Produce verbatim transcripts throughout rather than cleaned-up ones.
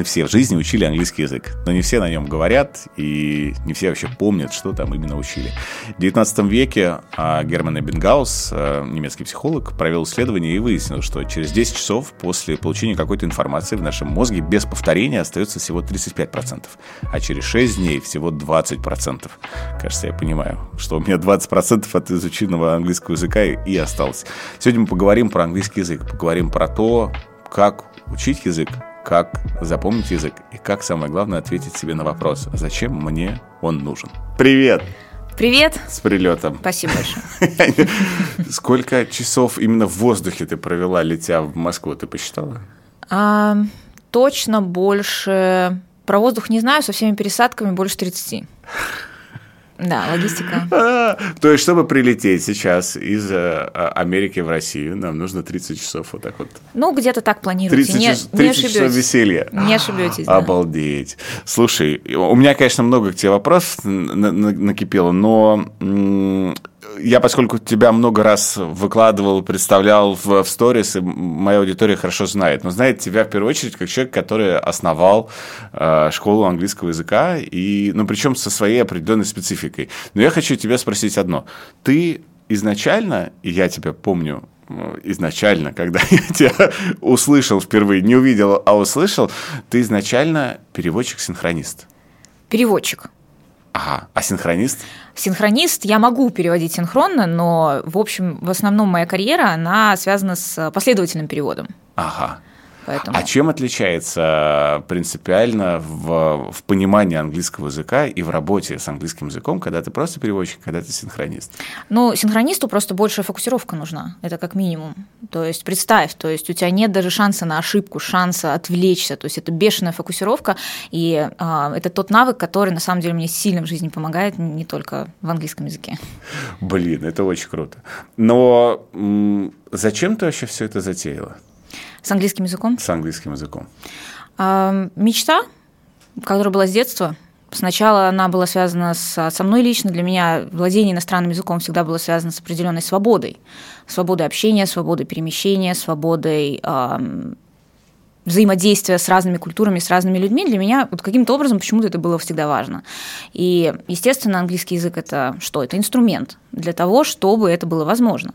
все в жизни учили английский язык, но не все на нем говорят, и не все вообще помнят, что там именно учили. В девятнадцатом веке Герман Эббингаус, немецкий психолог, провел исследование и выяснил, что через десять часов после получения какой-то информации в нашем мозге без повторения остается всего тридцать пять процентов, а через шесть дней всего двадцать процентов. Кажется, я понимаю, что у меня двадцать процентов от изученного английского языка и осталось. Сегодня мы поговорим про английский язык, поговорим про то, как учить язык, как запомнить язык и как, самое главное, ответить себе на вопрос, зачем мне он нужен. Привет! Привет! С прилетом. Спасибо большое. Сколько часов именно в воздухе ты провела, летя в Москву, ты посчитала? А, точно больше... Про воздух не знаю, со всеми пересадками больше тридцати. Да, логистика. А, то есть, чтобы прилететь сейчас из а, Америки в Россию, нам нужно тридцать часов вот так вот. Ну, где-то так планируете. тридцать, не, час, не тридцать ошибетесь. Часов веселья. Не ошибетесь. Да. Обалдеть. Слушай, у меня, конечно, много к тебе вопросов накипело, но я, поскольку тебя много раз выкладывал, представлял в, в сторис, и моя аудитория хорошо знает, но знает тебя в первую очередь как человек, который основал э, школу английского языка, и, ну, причем со своей определенной спецификой. Но я хочу тебя спросить одно. Ты изначально, и я тебя помню изначально, когда я тебя услышал впервые, не увидел, а услышал, ты изначально переводчик-синхронист. Переводчик. Ага, а синхронист? Синхронист, я могу переводить синхронно, но, в общем, в основном моя карьера, она связана с последовательным переводом. Ага. Поэтому... А чем отличается принципиально в, в понимании английского языка и в работе с английским языком, когда ты просто переводчик, когда ты синхронист? Ну, синхронисту просто большая фокусировка нужна, это как минимум. То есть представь, то есть у тебя нет даже шанса на ошибку, шанса отвлечься, то есть это бешеная фокусировка, и э, это тот навык, который на самом деле мне сильно в жизни помогает, не только в английском языке. Блин, это очень круто. Но м- зачем ты вообще все это затеяла? С английским языком? С английским языком. А, мечта, которая была с детства. Сначала она была связана с, со мной лично. Для меня владение иностранным языком всегда было связано с определенной свободой. Свободой общения, свободой перемещения, свободой а, взаимодействия с разными культурами, с разными людьми. Для меня вот каким-то образом почему-то это было всегда важно. И, естественно, английский язык – это что? Это инструмент для того, чтобы это было возможно.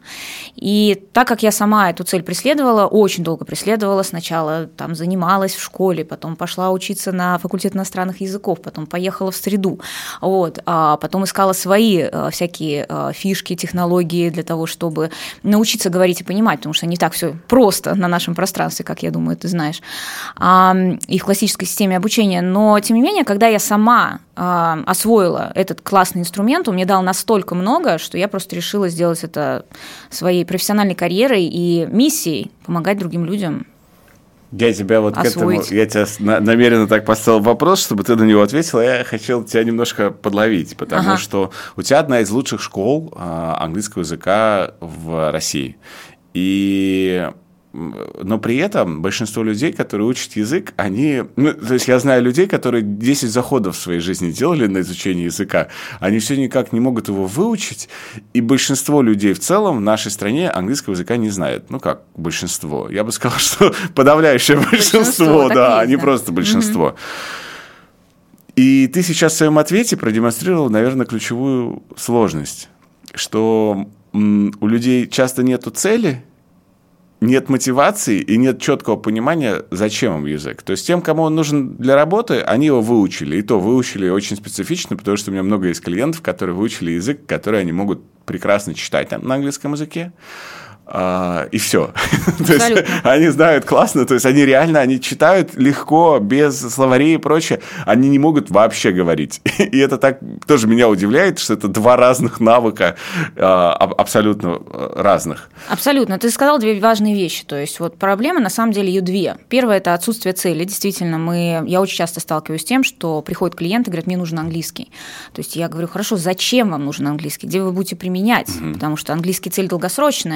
И так как я сама эту цель преследовала, очень долго преследовала, сначала там занималась в школе, потом пошла учиться на факультет иностранных языков, потом поехала в среду, вот, а потом искала свои всякие фишки, технологии для того, чтобы научиться говорить и понимать, потому что не так все просто на нашем пространстве, как я думаю, ты знаешь, и в классической системе обучения. Но, тем не менее, когда я сама освоила этот классный инструмент, он мне дал настолько много, что я просто решила сделать это своей профессиональной карьерой и миссией помогать другим людям. Я тебя вот освоить. к этому, я тебя намеренно так поставил вопрос, чтобы ты на него ответила. Я хотел тебя немножко подловить, потому ага. что у тебя одна из лучших школ английского языка в России. И но при этом большинство людей, которые учат язык, они... Ну, то есть я знаю людей, которые десять заходов в своей жизни делали на изучение языка, они все никак не могут его выучить, и большинство людей в целом в нашей стране английского языка не знают. Ну как большинство? Я бы сказал, что подавляющее большинство, большинство да, а не да. просто большинство. Mm-hmm. И ты сейчас в своем ответе продемонстрировал, наверное, ключевую сложность, что м, у людей часто нету цели, нет мотивации и нет четкого понимания, зачем им язык. То есть тем, кому он нужен для работы, они его выучили. И то выучили очень специфично, потому что у меня много есть клиентов, которые выучили язык, который они могут прекрасно читать там, на английском языке. И все. То есть они знают классно, то есть они реально, они читают легко, без словарей и прочее, они не могут вообще говорить. И это так тоже меня удивляет, что это два разных навыка, абсолютно разных. Абсолютно. Ты сказал две важные вещи. То есть вот проблемы, на самом деле, ее две. Первое – это отсутствие цели. Действительно, мы, я очень часто сталкиваюсь с тем, что приходят клиенты и говорят, мне нужен английский. То есть я говорю, хорошо, зачем вам нужен английский? Где вы будете применять? Mm-hmm. Потому что английский цель долгосрочная, и для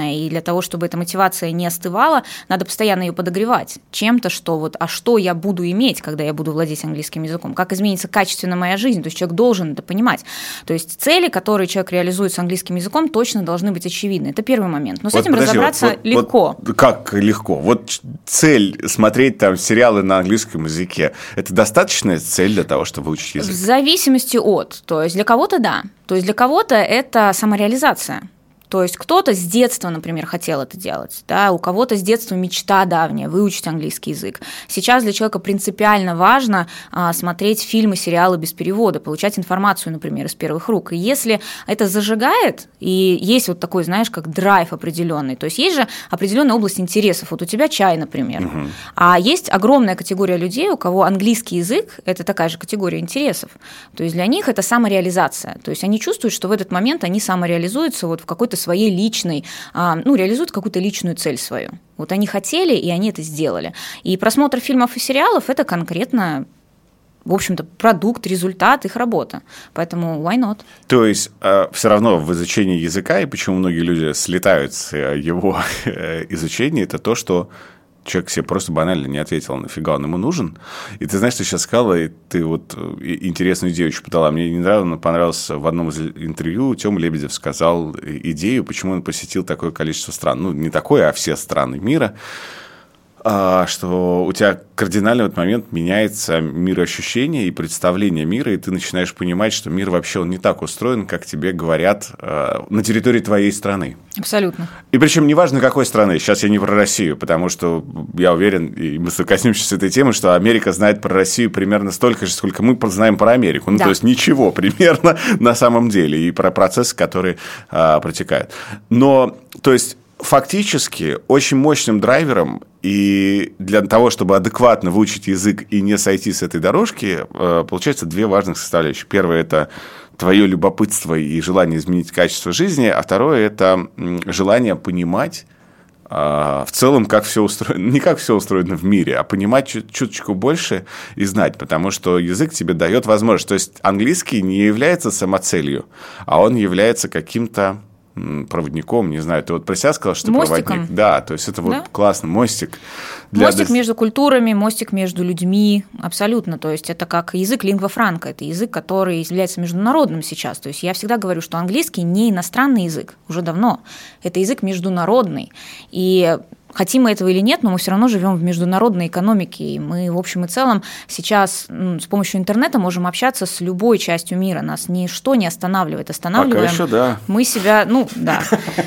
того, чтобы эта мотивация не остывала, надо постоянно ее подогревать чем-то, что вот, а что я буду иметь, когда я буду владеть английским языком, как изменится качественно моя жизнь, то есть человек должен это понимать. То есть цели, которые человек реализует с английским языком, точно должны быть очевидны. Это первый момент. Но с вот, этим подожди, разобраться вот, вот, легко. Вот, как легко? Вот цель смотреть там сериалы на английском языке, это достаточная цель для того, чтобы выучить язык? В зависимости от. То есть для кого-то да. То есть для кого-то это самореализация. То есть кто-то с детства, например, хотел это делать, да, у кого-то с детства мечта давняя выучить английский язык. Сейчас для человека принципиально важно а, смотреть фильмы, сериалы без перевода, получать информацию, например, из первых рук. И если это зажигает, и есть вот такой, знаешь, как драйв определенный, то есть есть же определенная область интересов. Вот у тебя чай, например, угу. А есть огромная категория людей, у кого английский язык – это такая же категория интересов. То есть для них это самореализация. То есть они чувствуют, что в этот момент они самореализуются вот в какой-то своей личной, ну, реализуют какую-то личную цель свою. Вот они хотели, и они это сделали. И просмотр фильмов и сериалов – это конкретно, в общем-то, продукт, результат их работы. Поэтому why not? То есть э, все равно в изучении языка, и почему многие люди слетают с его изучения, это то, что человек себе просто банально не ответил, нафига он ему нужен. И ты знаешь, ты сейчас сказала, и ты вот интересную идею очень подала. Мне недавно понравилось в одном из интервью, Тёма Лебедев сказал идею, почему он посетил такое количество стран. Ну, не такое, а все страны мира. Что у тебя кардинально в этот момент меняется мироощущение и представление мира, и ты начинаешь понимать, что мир вообще он не так устроен, как тебе говорят на территории твоей страны. Абсолютно. И причем неважно, какой страны. Сейчас я не про Россию, потому что я уверен, и мы коснемся этой темы, что Америка знает про Россию примерно столько же, сколько мы знаем про Америку. Ну, да. То есть ничего примерно на самом деле, и про процессы, которые а, протекают. Но, то есть, фактически очень мощным драйвером и для того, чтобы адекватно выучить язык и не сойти с этой дорожки, получается две важных составляющих. Первое – это твое любопытство и желание изменить качество жизни, а второе – это желание понимать в целом, как все устроено, не как все устроено в мире, а понимать чуть- чуточку больше и знать, потому что язык тебе дает возможность. То есть английский не является самоцелью, а он является каким-то проводником, не знаю, ты вот про себя сказал, что мостиком. Проводник. Да, то есть это вот да? классно, мостик. Для... Мостик между культурами, мостик между людьми, абсолютно. То есть это как язык лингва франка, это язык, который является международным сейчас. То есть я всегда говорю, что английский не иностранный язык, уже давно. Это язык международный. И хотим мы этого или нет, но мы все равно живем в международной экономике, и мы, в общем и целом, сейчас ну, с помощью интернета можем общаться с любой частью мира. Нас ничто не останавливает. Останавливаем. Пока еще да. Мы себя, ну, да.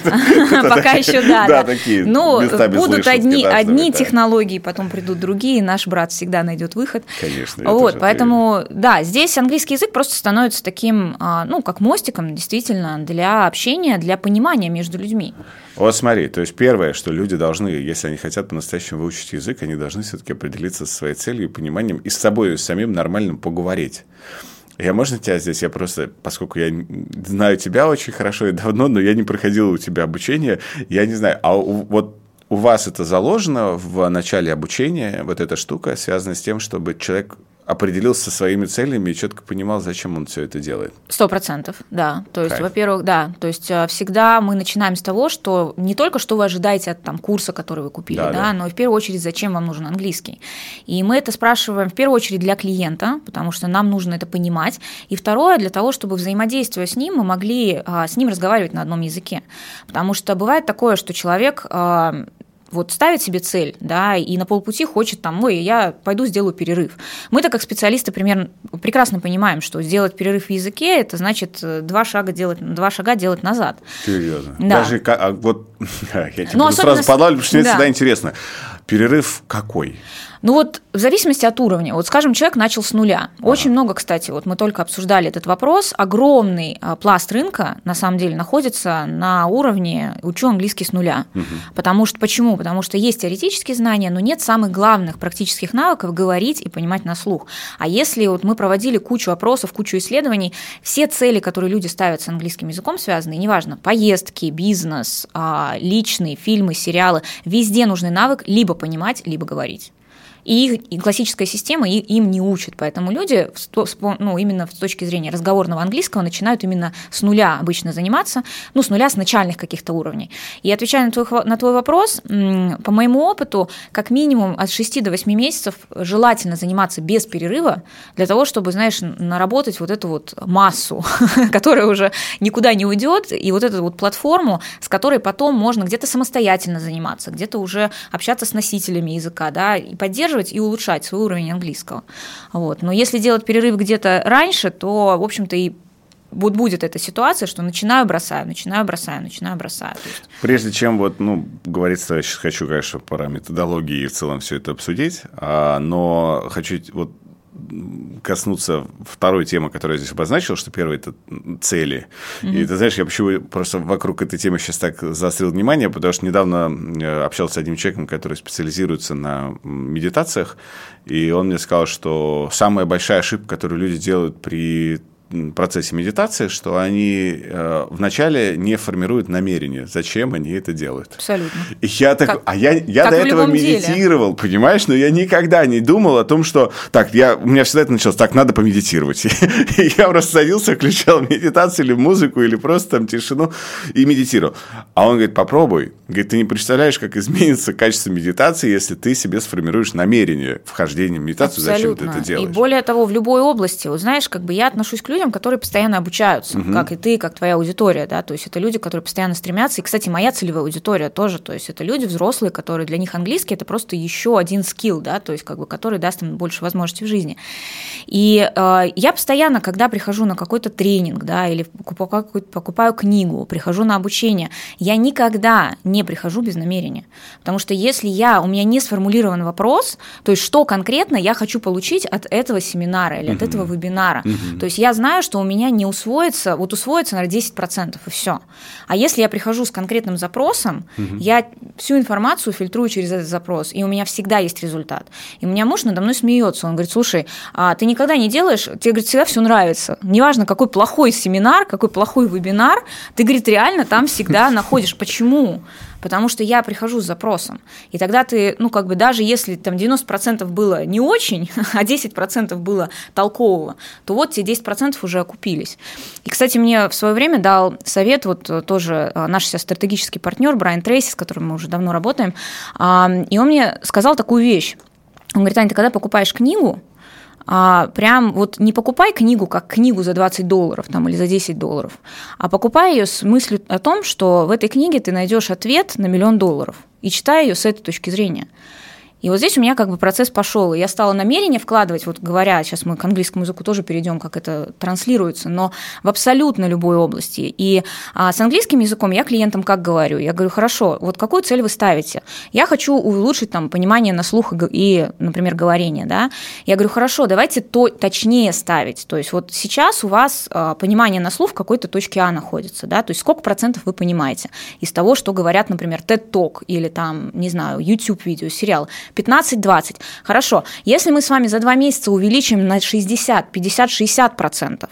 Пока еще да. Да, такие Ну, будут одни технологии, потом придут другие, наш брат всегда найдет выход. Конечно. Вот, поэтому, да, здесь английский язык просто становится таким, ну, как мостиком, действительно, для общения, для понимания между людьми. Вот смотри, то есть первое, что люди должны, если они хотят по-настоящему выучить язык, они должны все-таки определиться со своей целью и пониманием и с собой, и с самим нормально поговорить. Я, можно тебя здесь, я просто, поскольку я знаю тебя очень хорошо и давно, но я не проходил у тебя обучение, я не знаю, а у, вот у вас это заложено в начале обучения, вот эта штука, связана с тем, чтобы человек определился со своими целями и четко понимал, зачем он все это делает. Сто процентов, да. То есть, Кайф. во-первых, да. То есть всегда мы начинаем с того, что не только что вы ожидаете от там, курса, который вы купили, да, да, да, но и в первую очередь, зачем вам нужен английский. И мы это спрашиваем в первую очередь для клиента, потому что нам нужно это понимать. И второе, для того, чтобы взаимодействуя с ним, мы могли а, с ним разговаривать на одном языке. Потому что бывает такое, что человек А, вот ставит себе цель, да, и на полпути хочет там, ой, я пойду сделаю перерыв. Мы-то как специалисты примерно прекрасно понимаем, что сделать перерыв в языке – это значит два шага делать, два шага делать назад. Серьезно? Да. Даже, а, вот, я тебе буду сразу подлавлю, потому что мне да. всегда интересно. Перерыв какой? Ну вот в зависимости от уровня. Вот, скажем, человек начал с нуля. Очень ага. много, кстати, вот мы только обсуждали этот вопрос. Огромный пласт рынка, на самом деле, находится на уровне «учу английский с нуля». Угу. Потому что, почему? Потому что есть теоретические знания, но нет самых главных практических навыков говорить и понимать на слух. А если вот мы проводили кучу опросов, кучу исследований, все цели, которые люди ставят с английским языком связаны, неважно, поездки, бизнес, личные фильмы, сериалы, везде нужный навык либо понимать, либо говорить. И, их, и классическая система и, им не учит, поэтому люди, ну, именно с точки зрения разговорного английского, начинают именно с нуля обычно заниматься, ну, с нуля, с начальных каких-то уровней. И отвечая на твой, на твой вопрос, по моему опыту, как минимум от шести до восьми месяцев желательно заниматься без перерыва для того, чтобы, знаешь, наработать вот эту вот массу, которая уже никуда не уйдет, и вот эту вот платформу, с которой потом можно где-то самостоятельно заниматься, где-то уже общаться с носителями языка, да, и поддерживать и улучшать свой уровень английского. Вот. Но если делать перерыв где-то раньше, то, в общем-то, и вот будет эта ситуация, что начинаю, бросаю, начинаю, бросаю, начинаю, бросаю. То есть... Прежде чем вот, ну, говорится, я сейчас хочу, конечно, про методологии и в целом все это обсудить, но хочу вот коснуться второй темы, которую я здесь обозначил, что первое – это цели. Mm-hmm. И ты знаешь, я почему просто вокруг этой темы сейчас так заострил внимание, потому что недавно общался с одним человеком, который специализируется на медитациях, и он мне сказал, что самая большая ошибка, которую люди делают при процессе медитации, что они э, вначале не формируют намерение, зачем они это делают. Абсолютно. И я так, как, а я, я до этого медитировал, деле. Понимаешь, но я никогда не думал о том, что так, я, у меня всегда это началось, так, надо помедитировать. И я просто садился, включал медитацию или музыку, или просто там тишину и медитировал. А он говорит, попробуй. Говорит, ты не представляешь, как изменится качество медитации, если ты себе сформируешь намерение вхождения в медитацию, абсолютно. Зачем ты это делаешь. И более того, в любой области, вот знаешь, как бы я отношусь к людям, которые постоянно обучаются, угу. как и ты, как твоя аудитория, да, то есть это люди, которые постоянно стремятся, и, кстати, моя целевая аудитория тоже, то есть это люди взрослые, которые для них английский это просто еще один скилл, да, то есть как бы который даст им больше возможностей в жизни. И э, я постоянно, когда прихожу на какой-то тренинг, да, или покупаю, покупаю книгу, прихожу на обучение, я никогда не прихожу без намерения, потому что если я, у меня не сформулирован вопрос, то есть что конкретно я хочу получить от этого семинара или от этого вебинара, то есть я знаю, что у меня не усвоится, вот усвоится, наверное, десять процентов, и все. А если я прихожу с конкретным запросом, угу. я всю информацию фильтрую через этот запрос, и у меня всегда есть результат. И у меня муж надо мной смеется, он говорит, слушай, а ты никогда не делаешь, тебе, говорит, всегда все нравится. Неважно, какой плохой семинар, какой плохой вебинар, ты, говорит, реально там всегда находишь. Почему? Потому что я прихожу с запросом. И тогда ты, ну, как бы даже если там девяносто процентов было не очень, а десять процентов было толкового, то вот те десять процентов уже окупились. И, кстати, мне в свое время дал совет вот тоже наш сейчас стратегический партнер Брайан Трейси, с которым мы уже давно работаем, и он мне сказал такую вещь. Он говорит, Аня, ты когда покупаешь книгу, А, прям вот не покупай книгу как книгу за двадцать долларов там, или за десять долларов, а покупай ее с мыслью о том, что в этой книге ты найдешь ответ на миллион долларов, и читай ее с этой точки зрения. И вот здесь у меня как бы процесс пошел, и я стала намерение вкладывать, вот говоря, сейчас мы к английскому языку тоже перейдем, как это транслируется, но в абсолютно любой области. И а, с английским языком я клиентам как говорю? Я говорю, хорошо, вот какую цель вы ставите? Я хочу улучшить там понимание на слух и, например, говорение, да? Я говорю, хорошо, давайте то, точнее ставить. То есть вот сейчас у вас а, понимание на слух в какой-то точке А находится, да? То есть сколько процентов вы понимаете из того, что говорят, например, TED Talk или там, не знаю, YouTube-видео, сериал. пятнадцать-двадцать. Хорошо, если мы с вами за два месяца увеличим на шестьдесят, пятьдесят, шестьдесят процентов,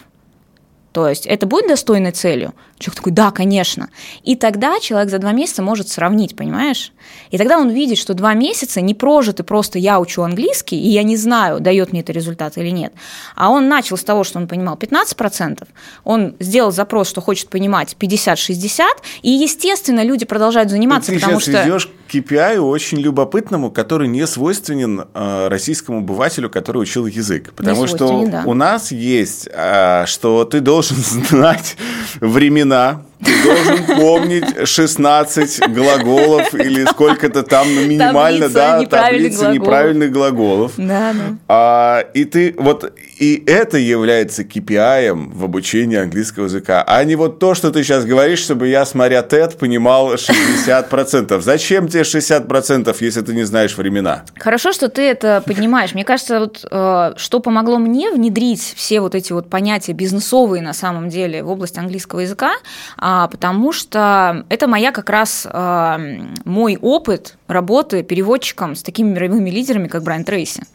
то есть это будет достойной целью? Человек такой, да, конечно. И тогда человек за два месяца может сравнить, понимаешь? И тогда он видит, что два месяца не прожиты просто я учу английский, и я не знаю, дает мне это результат или нет. А он начал с того, что он понимал пятнадцать процентов, он сделал запрос, что хочет понимать пятьдесят-шестьдесят, и, естественно, люди продолжают заниматься, ты потому что… Ты сейчас ведёшь к кей пи ай очень любопытному, который не свойственен э, российскому обывателю, который учил язык. Потому что да. у нас есть, э, что ты должен знать времена, ты должен помнить шестнадцать глаголов или сколько-то там минимально, таблица, да, таблицы глаголов. неправильных глаголов. Да, да. А, и ты вот и это является кей пи ай в обучении английского языка, а не вот то, что ты сейчас говоришь, чтобы я, смотря TED, понимал шестьдесят процентов. Зачем тебе шестьдесят процентов, если ты не знаешь времена? Хорошо, что ты это поднимаешь. Мне кажется, вот, что помогло мне внедрить все вот эти вот понятия бизнесовые на самом деле в область английского языка, потому что это моя как раз мой опыт работы переводчиком с такими мировыми лидерами, как Брайан Трейси.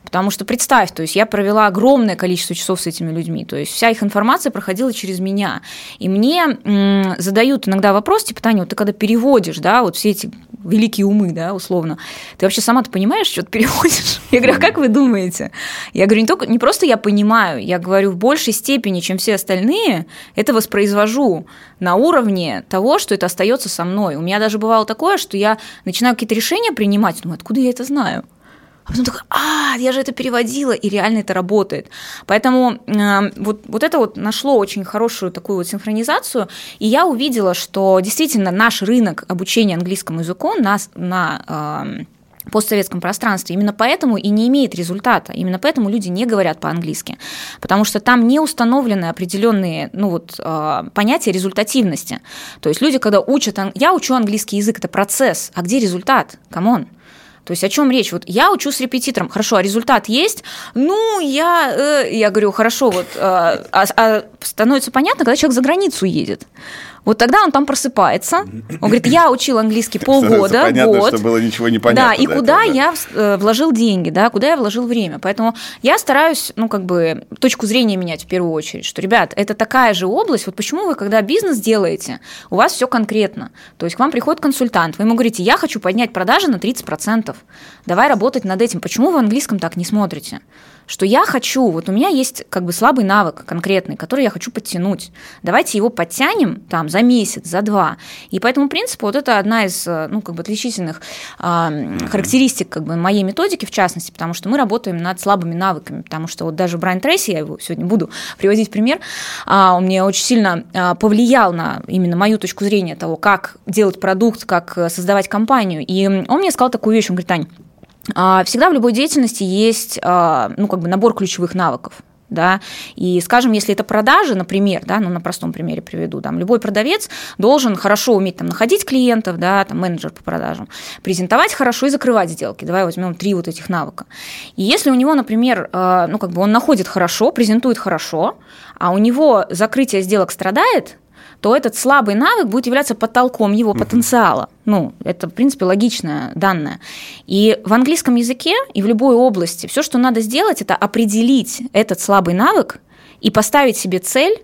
Потому что представь, то есть я провела огромное количество часов с этими людьми, то есть вся их информация проходила через меня. И мне м, задают иногда вопрос, типа, Таня, вот ты когда переводишь, да, вот все эти великие умы, да, условно, ты вообще сама-то понимаешь, что ты переводишь? Я говорю, а как вы думаете? Я говорю, не, только, не просто я понимаю, я говорю, в большей степени, чем все остальные, это воспроизвожу на уровне того, что это остается со мной. У меня даже бывало такое, что я начинаю какие-то решения принимать, думаю, откуда я это знаю? А потом такой, а, я же это переводила, и реально это работает. Поэтому э, вот, вот это вот нашло очень хорошую такую вот синхронизацию, и я увидела, что действительно наш рынок обучения английскому языку нас, на э, постсоветском пространстве именно поэтому и не имеет результата, именно поэтому люди не говорят по-английски, потому что там не установлены определенные ну, вот, э, понятия результативности. То есть люди, когда учат, я учу английский язык, это процесс, а где результат? Камон. То есть о чем речь? Вот я учу с репетитором, хорошо, а результат есть? Ну, я, э, я говорю, хорошо, вот, э, а, а становится понятно, когда человек за границу едет. Вот тогда он там просыпается, он говорит, я учил английский полгода, понятно, год. Что было ничего не понятно. Да, и куда этого, да? я вложил деньги, да, куда я вложил время. Поэтому я стараюсь, ну, как бы, точку зрения менять в первую очередь, что, ребят, это такая же область, вот почему вы, когда бизнес делаете, у вас все конкретно. То есть к вам приходит консультант, вы ему говорите, я хочу поднять продажи на тридцать процентов, давай работать над этим. Почему вы в английском так не смотрите? Что я хочу, вот у меня есть как бы слабый навык конкретный, который я хочу подтянуть. Давайте его подтянем там за месяц, за два. И по этому принципу вот это одна из ну, как бы отличительных а, характеристик как бы моей методики, в частности, потому что мы работаем над слабыми навыками, потому что вот даже Брайан Трейси, я его сегодня буду приводить в пример, а, он мне очень сильно а, повлиял на именно мою точку зрения того, как делать продукт, как создавать компанию. И он мне сказал такую вещь, он говорит, Тань, всегда в любой деятельности есть ну, как бы набор ключевых навыков. Да? И, скажем, если это продажи, например, да, ну, на простом примере приведу, там, любой продавец должен хорошо уметь там, находить клиентов, да, там, менеджер по продажам, презентовать хорошо и закрывать сделки. Давай возьмем три вот этих навыка. И если у него, например, ну, как бы он находит хорошо, презентует хорошо, а у него закрытие сделок страдает, то этот слабый навык будет являться потолком его потенциала. Ну, это, в принципе, логичное данное. И в английском языке и в любой области все, что надо сделать, это определить этот слабый навык и поставить себе цель,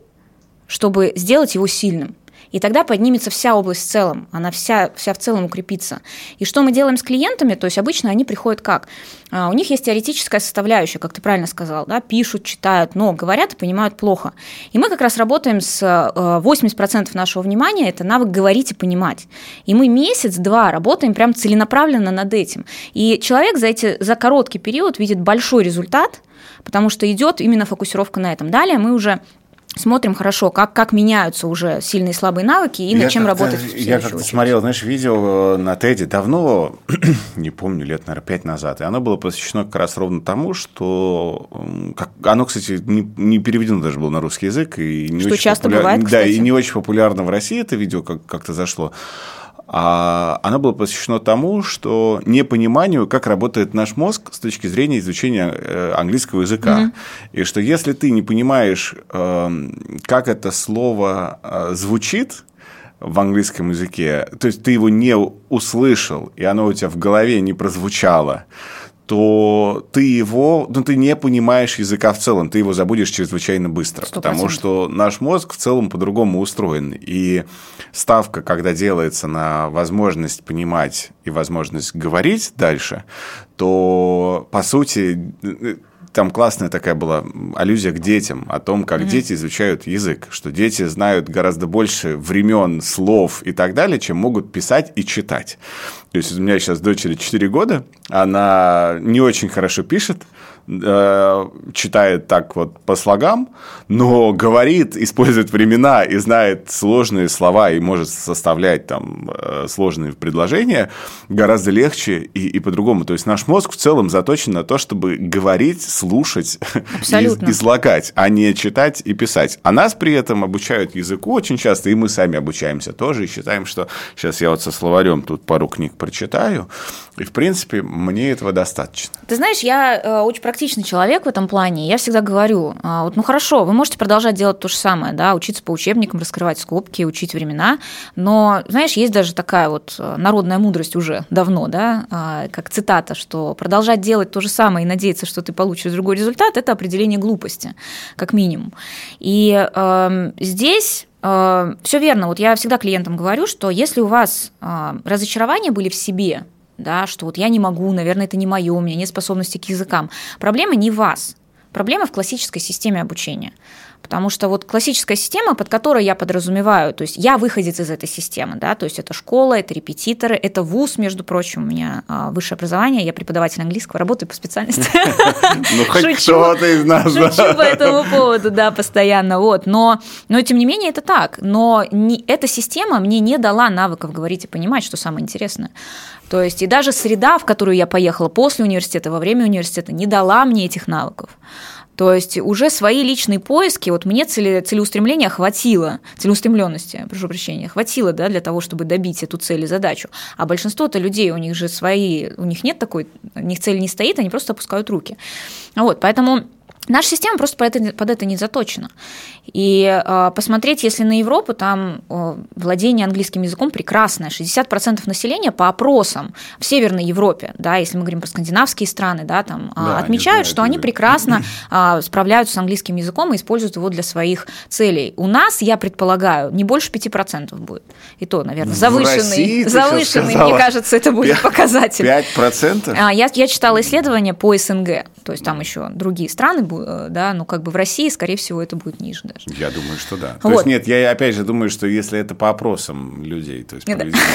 чтобы сделать его сильным. И тогда поднимется вся область в целом, она вся, вся в целом укрепится. И что мы делаем с клиентами? То есть обычно они приходят как? А, у них есть теоретическая составляющая, как ты правильно сказал, да? Пишут, читают, но говорят и понимают плохо. И мы как раз работаем с восемьдесят процентов нашего внимания, это навык говорить и понимать. И мы месяц-два работаем прям целенаправленно над этим. И человек за, эти, за короткий период видит большой результат, потому что идет именно фокусировка на этом. Далее мы уже смотрим хорошо, как, как меняются уже сильные и слабые навыки и над чем работать в следующую Я как-то очередь. смотрел, знаешь, видео на Теди давно, не помню, лет, наверное, пять назад, и оно было посвящено как раз ровно тому, что... Как, оно, кстати, не, не переведено даже было на русский язык. И не что очень часто популяр... бывает, кстати. Да, и не очень популярно в России это видео как- как-то зашло. А оно было посвящено тому, что непониманию, как работает наш мозг с точки зрения изучения английского языка. Mm-hmm. И что если ты не понимаешь, как это слово звучит в английском языке, то есть ты его не услышал, и оно у тебя в голове не прозвучало, то ты его, ну, ты не понимаешь языка в целом, ты его забудешь чрезвычайно быстро, сто процентов. Потому что наш мозг в целом по-другому устроен. И ставка, когда делается на возможность понимать и возможность говорить дальше, то, по сути, там классная такая была аллюзия к детям, о том, как mm-hmm. дети изучают язык, что дети знают гораздо больше времен, слов и так далее, чем могут писать и читать. То есть у меня сейчас дочери четыре года, она не очень хорошо пишет, читает так вот по слогам, но говорит, использует времена и знает сложные слова и может составлять там сложные предложения гораздо легче и, и по-другому. То есть наш мозг в целом заточен на то, чтобы говорить, слушать и излагать, а не читать и писать. А нас при этом обучают языку очень часто, и мы сами обучаемся тоже, и считаем, что сейчас я вот со словарем тут пару книг прочитаю, и, в принципе, мне этого достаточно. Ты знаешь, я э, очень практичный человек в этом плане, я всегда говорю, э, вот, ну хорошо, вы можете продолжать делать то же самое, да, учиться по учебникам, раскрывать скобки, учить времена, но, знаешь, есть даже такая вот народная мудрость уже давно, да, э, как цитата, что продолжать делать то же самое и надеяться, что ты получишь другой результат, это определение глупости, как минимум. И э, здесь э, все верно. Вот я всегда клиентам говорю, что если у вас э, разочарования были в себе, да, что вот я не могу, наверное, это не мое, у меня нет способности к языкам, проблема не в вас, проблема в классической системе обучения. Потому что вот классическая система, под которой я подразумеваю, то есть я выходец из этой системы, да, то есть это школа, это репетиторы, это вуз, между прочим, у меня высшее образование, я преподаватель английского, работаю по специальности. Ну, хоть кто-то из нас. Шучу по этому поводу, да, постоянно, вот, но, но тем не менее это так, но не, эта система мне не дала навыков говорить и понимать, что самое интересное. То есть и даже среда, в которую я поехала после университета, во время университета, не дала мне этих навыков. То есть уже свои личные поиски, вот мне цели, целеустремления хватило, целеустремленности, прошу прощения, хватило, да, для того, чтобы добить эту цель и задачу. А большинство-то людей, у них же свои, у них нет такой, у них цель не стоит, они просто опускают руки. Вот, поэтому наша система просто под это, под это не заточена. И э, посмотреть, если на Европу, там э, владение английским языком прекрасное. шестьдесят процентов населения по опросам в Северной Европе, да, если мы говорим про скандинавские страны, да, там, да, отмечают, что они прекрасно э, справляются с английским языком и используют его для своих целей. У нас, я предполагаю, не больше пяти процентов будет. И то, наверное, завышенный, завышенный мне кажется, это будет пять, показатель. пять процентов? Я, я читала исследования по СНГ, то есть там еще другие страны, да, ну как бы в России, скорее всего, это будет ниже даже. Я думаю, что да. Вот. То есть нет, я опять же думаю, что если это по опросам людей, то есть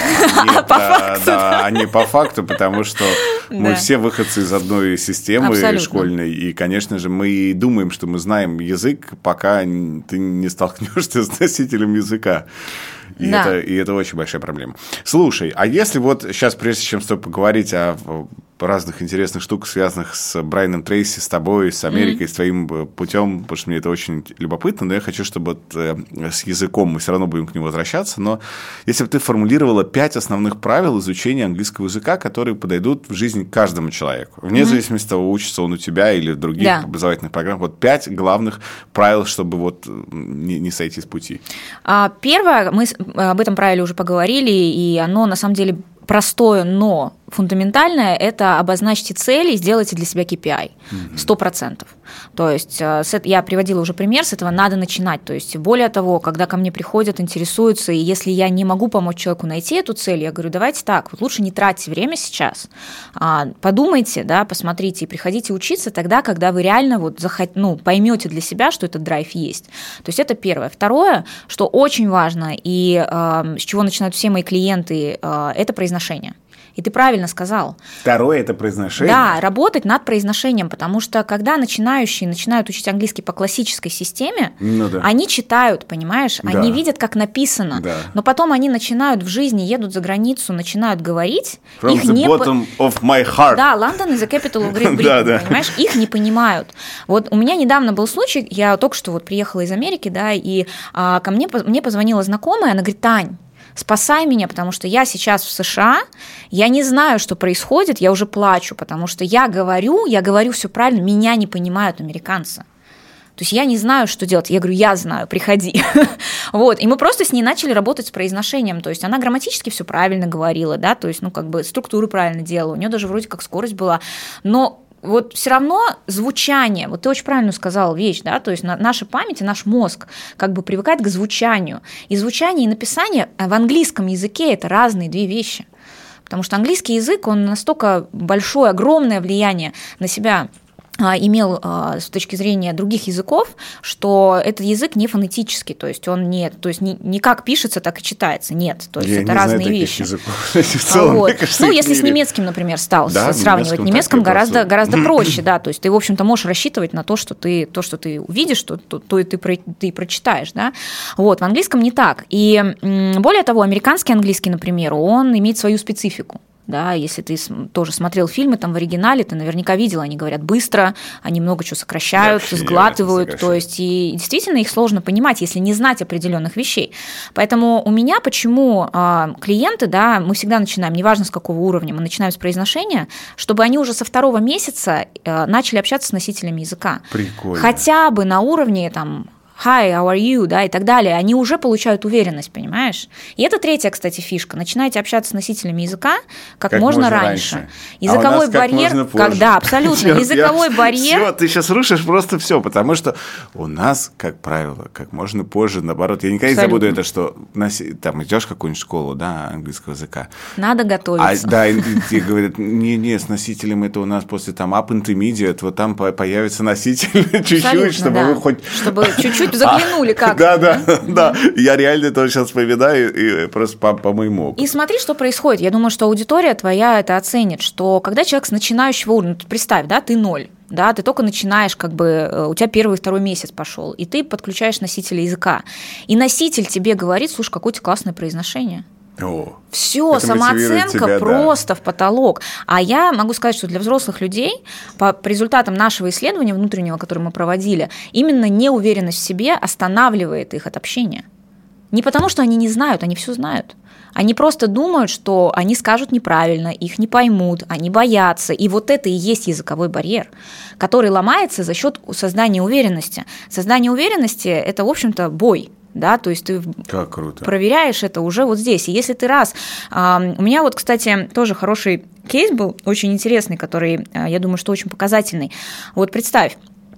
а не по факту, потому что мы все выходцы из одной системы школьной, и, конечно же, мы думаем, что мы знаем язык, пока ты не столкнешься с носителем языка. И, да. это, и это очень большая проблема. Слушай, а если вот сейчас, прежде чем с тобой поговорить о разных интересных штуках, связанных с Брайаном Трейси, с тобой, с Америкой, mm-hmm. с твоим путем, потому что мне это очень любопытно, но я хочу, чтобы вот, э, с языком мы все равно будем к нему возвращаться, но если бы ты формулировала пять основных правил изучения английского языка, которые подойдут в жизнь каждому человеку, вне mm-hmm. зависимости от того, учится он у тебя или в других yeah. образовательных программах, вот пять главных правил, чтобы вот не, не сойти с пути. Первое, мы об этом правиле уже поговорили, и оно на самом деле простое, но фундаментальное – это обозначьте цели и сделайте для себя кей пи ай. Сто процентов. То есть я приводила уже пример, с этого надо начинать. То есть более того, когда ко мне приходят, интересуются, и если я не могу помочь человеку найти эту цель, я говорю, давайте так, вот лучше не тратьте время сейчас, подумайте, да, посмотрите и приходите учиться тогда, когда вы реально вот захот... ну, поймете для себя, что этот драйв есть. То есть это первое. Второе, что очень важно, и э, с чего начинают все мои клиенты, э, это произношение. И ты правильно сказал. Второе – это произношение. Да, работать над произношением, потому что когда начинающие начинают учить английский по классической системе, ну, да. они читают, понимаешь, да. они видят, как написано, да. но потом они начинают в жизни, едут за границу, начинают говорить. From их the не bottom по... of my heart. Да, London is the capital of Great Britain, да, да. понимаешь, их не понимают. Вот у меня недавно был случай, я только что вот приехала из Америки, да, и а, ко мне, мне позвонила знакомая, она говорит, Тань, спасай меня, потому что я сейчас в США, я не знаю, что происходит, я уже плачу, потому что я говорю, я говорю все правильно, меня не понимают американцы. То есть я не знаю, что делать. Я говорю, я знаю, приходи. Вот. И мы просто с ней начали работать с произношением. То есть она грамматически все правильно говорила, да, то есть, ну, как бы структуру правильно делала, у нее даже вроде как скорость была, но вот все равно звучание, вот ты очень правильно сказала вещь, да, то есть наша память и наш мозг как бы привыкает к звучанию. И звучание и написание в английском языке – это разные две вещи. Потому что английский язык, он настолько большое, огромное влияние на себя имел с точки зрения других языков, что этот язык не фонетический, то есть он не, то есть не, не как пишется, так и читается, нет, то есть я это не разные знаю вещи. Целом, вот. кажется, ну, если с немецким, например, стал да, сравнивать, немецком гораздо, гораздо проще, да, то есть ты, в общем-то, можешь рассчитывать на то, что ты, то, что ты увидишь, то, то, то и ты, ты прочитаешь, да, вот, в английском не так, и более того, американский английский, например, он имеет свою специфику. да, если ты тоже смотрел фильмы там в оригинале, ты наверняка видел, они говорят быстро, они много чего сокращают, да, сглатывают, то есть и действительно их сложно понимать, если не знать определенных вещей. Поэтому у меня почему э, клиенты, да, мы всегда начинаем, неважно с какого уровня, мы начинаем с произношения, чтобы они уже со второго месяца э, начали общаться с носителями языка. Прикольно. Хотя бы на уровне там «Hi, how are you?», да, и так далее, они уже получают уверенность, понимаешь? И это третья, кстати, фишка. Начинайте общаться с носителями языка как, как можно, можно раньше. раньше. Языковой а барьер, когда абсолютно языковой барьер. Все, ты сейчас рушишь просто все, потому что у нас, как правило, как можно позже, наоборот, я никогда абсолютно. не забуду это, что там идешь в какую-нибудь школу, да, английского языка. Надо готовиться. А, да, и тебе говорят, не-не, с носителем это у нас после там up intermediate, вот там появится носитель чуть-чуть, чтобы да. вы хоть... Чтобы чуть-чуть заглянули, как. Да, да, да. Я реально это сейчас вспоминаю, и просто по, по моему опыту. И смотри, что происходит. Я думаю, что аудитория твоя это оценит, что когда человек с начинающего уровня, представь, да, ты ноль, да, ты только начинаешь, как бы, у тебя первый, второй месяц пошел, и ты подключаешь носителя языка. И носитель тебе говорит, слушай, какое у тебя классное произношение. Все, самооценка тебя, просто да. в потолок. А я могу сказать, что для взрослых людей, по, по результатам нашего исследования внутреннего, которое мы проводили, именно неуверенность в себе останавливает их от общения. Не потому, что они не знают, они все знают. Они просто думают, что они скажут неправильно, их не поймут, они боятся. И вот это и есть языковой барьер, который ломается за счет создания уверенности. Создание уверенности – это, в общем-то, бой. Да, то есть ты как круто. проверяешь это уже вот здесь. И если ты раз... Uh, у меня вот, кстати, тоже хороший кейс был, очень интересный, который, uh, я думаю, что очень показательный. Вот представь,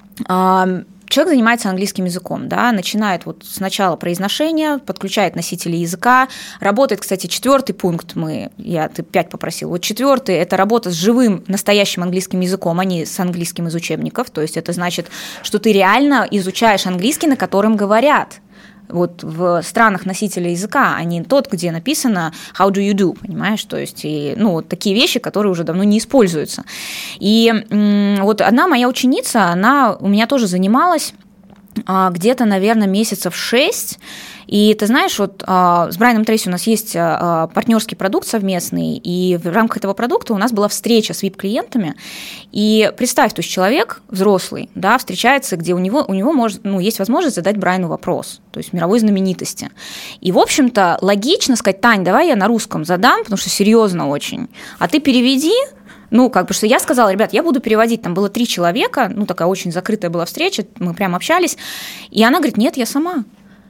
uh, человек занимается английским языком, да, начинает вот сначала произношение, подключает носители языка, работает, кстати, четвертый пункт, мы, я, ты пять попросил, вот четвертый – это работа с живым настоящим английским языком, а не с английским из учебников, то есть это значит, что ты реально изучаешь английский, на котором говорят. Вот в странах носителя языка, а не тот, где написано «how do you do», понимаешь? То есть, и, ну, вот такие вещи, которые уже давно не используются. И м- вот одна моя ученица, она у меня тоже занималась а, где-то, наверное, месяцев шесть. И ты знаешь, вот а, с Брайаном Трейси у нас есть а, партнерский продукт совместный, и в рамках этого продукта у нас была встреча с ви ай пи-клиентами. И представь, то есть человек взрослый, да, встречается, где у него, у него может, ну, есть возможность задать Брайану вопрос, то есть мировой знаменитости. И, в общем-то, логично сказать: Тань, давай я на русском задам, потому что серьезно очень, а ты переведи. Ну, как бы, что я сказала: ребят, я буду переводить. Там было три человека, ну, такая очень закрытая была встреча, мы прям общались. И она говорит: нет, я сама.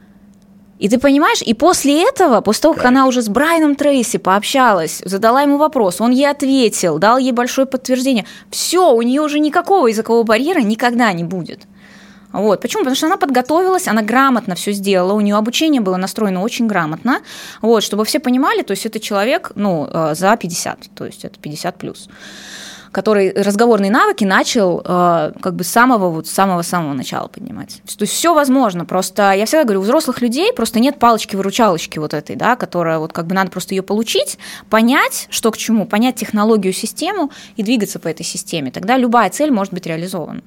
И ты понимаешь, и после этого, после того, как она уже с Брайаном Трейси пообщалась, задала ему вопрос, он ей ответил, дал ей большое подтверждение, все, у нее уже никакого языкового барьера никогда не будет. Вот. Почему? Потому что она подготовилась, она грамотно все сделала, у нее обучение было настроено очень грамотно, вот, чтобы все понимали, то есть это человек, ну, за пятьдесят, то есть это пятьдесят плюс, который разговорные навыки начал э, как бы с самого вот самого-самого начала поднимать. То есть все возможно, просто я всегда говорю, у взрослых людей просто нет палочки-выручалочки вот этой, да, которая вот как бы надо просто ее получить, понять, что к чему, понять технологию, систему и двигаться по этой системе. Тогда любая цель может быть реализована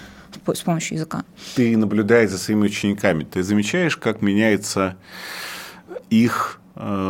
с помощью языка. Ты наблюдаешь за своими учениками, ты замечаешь, как меняется их...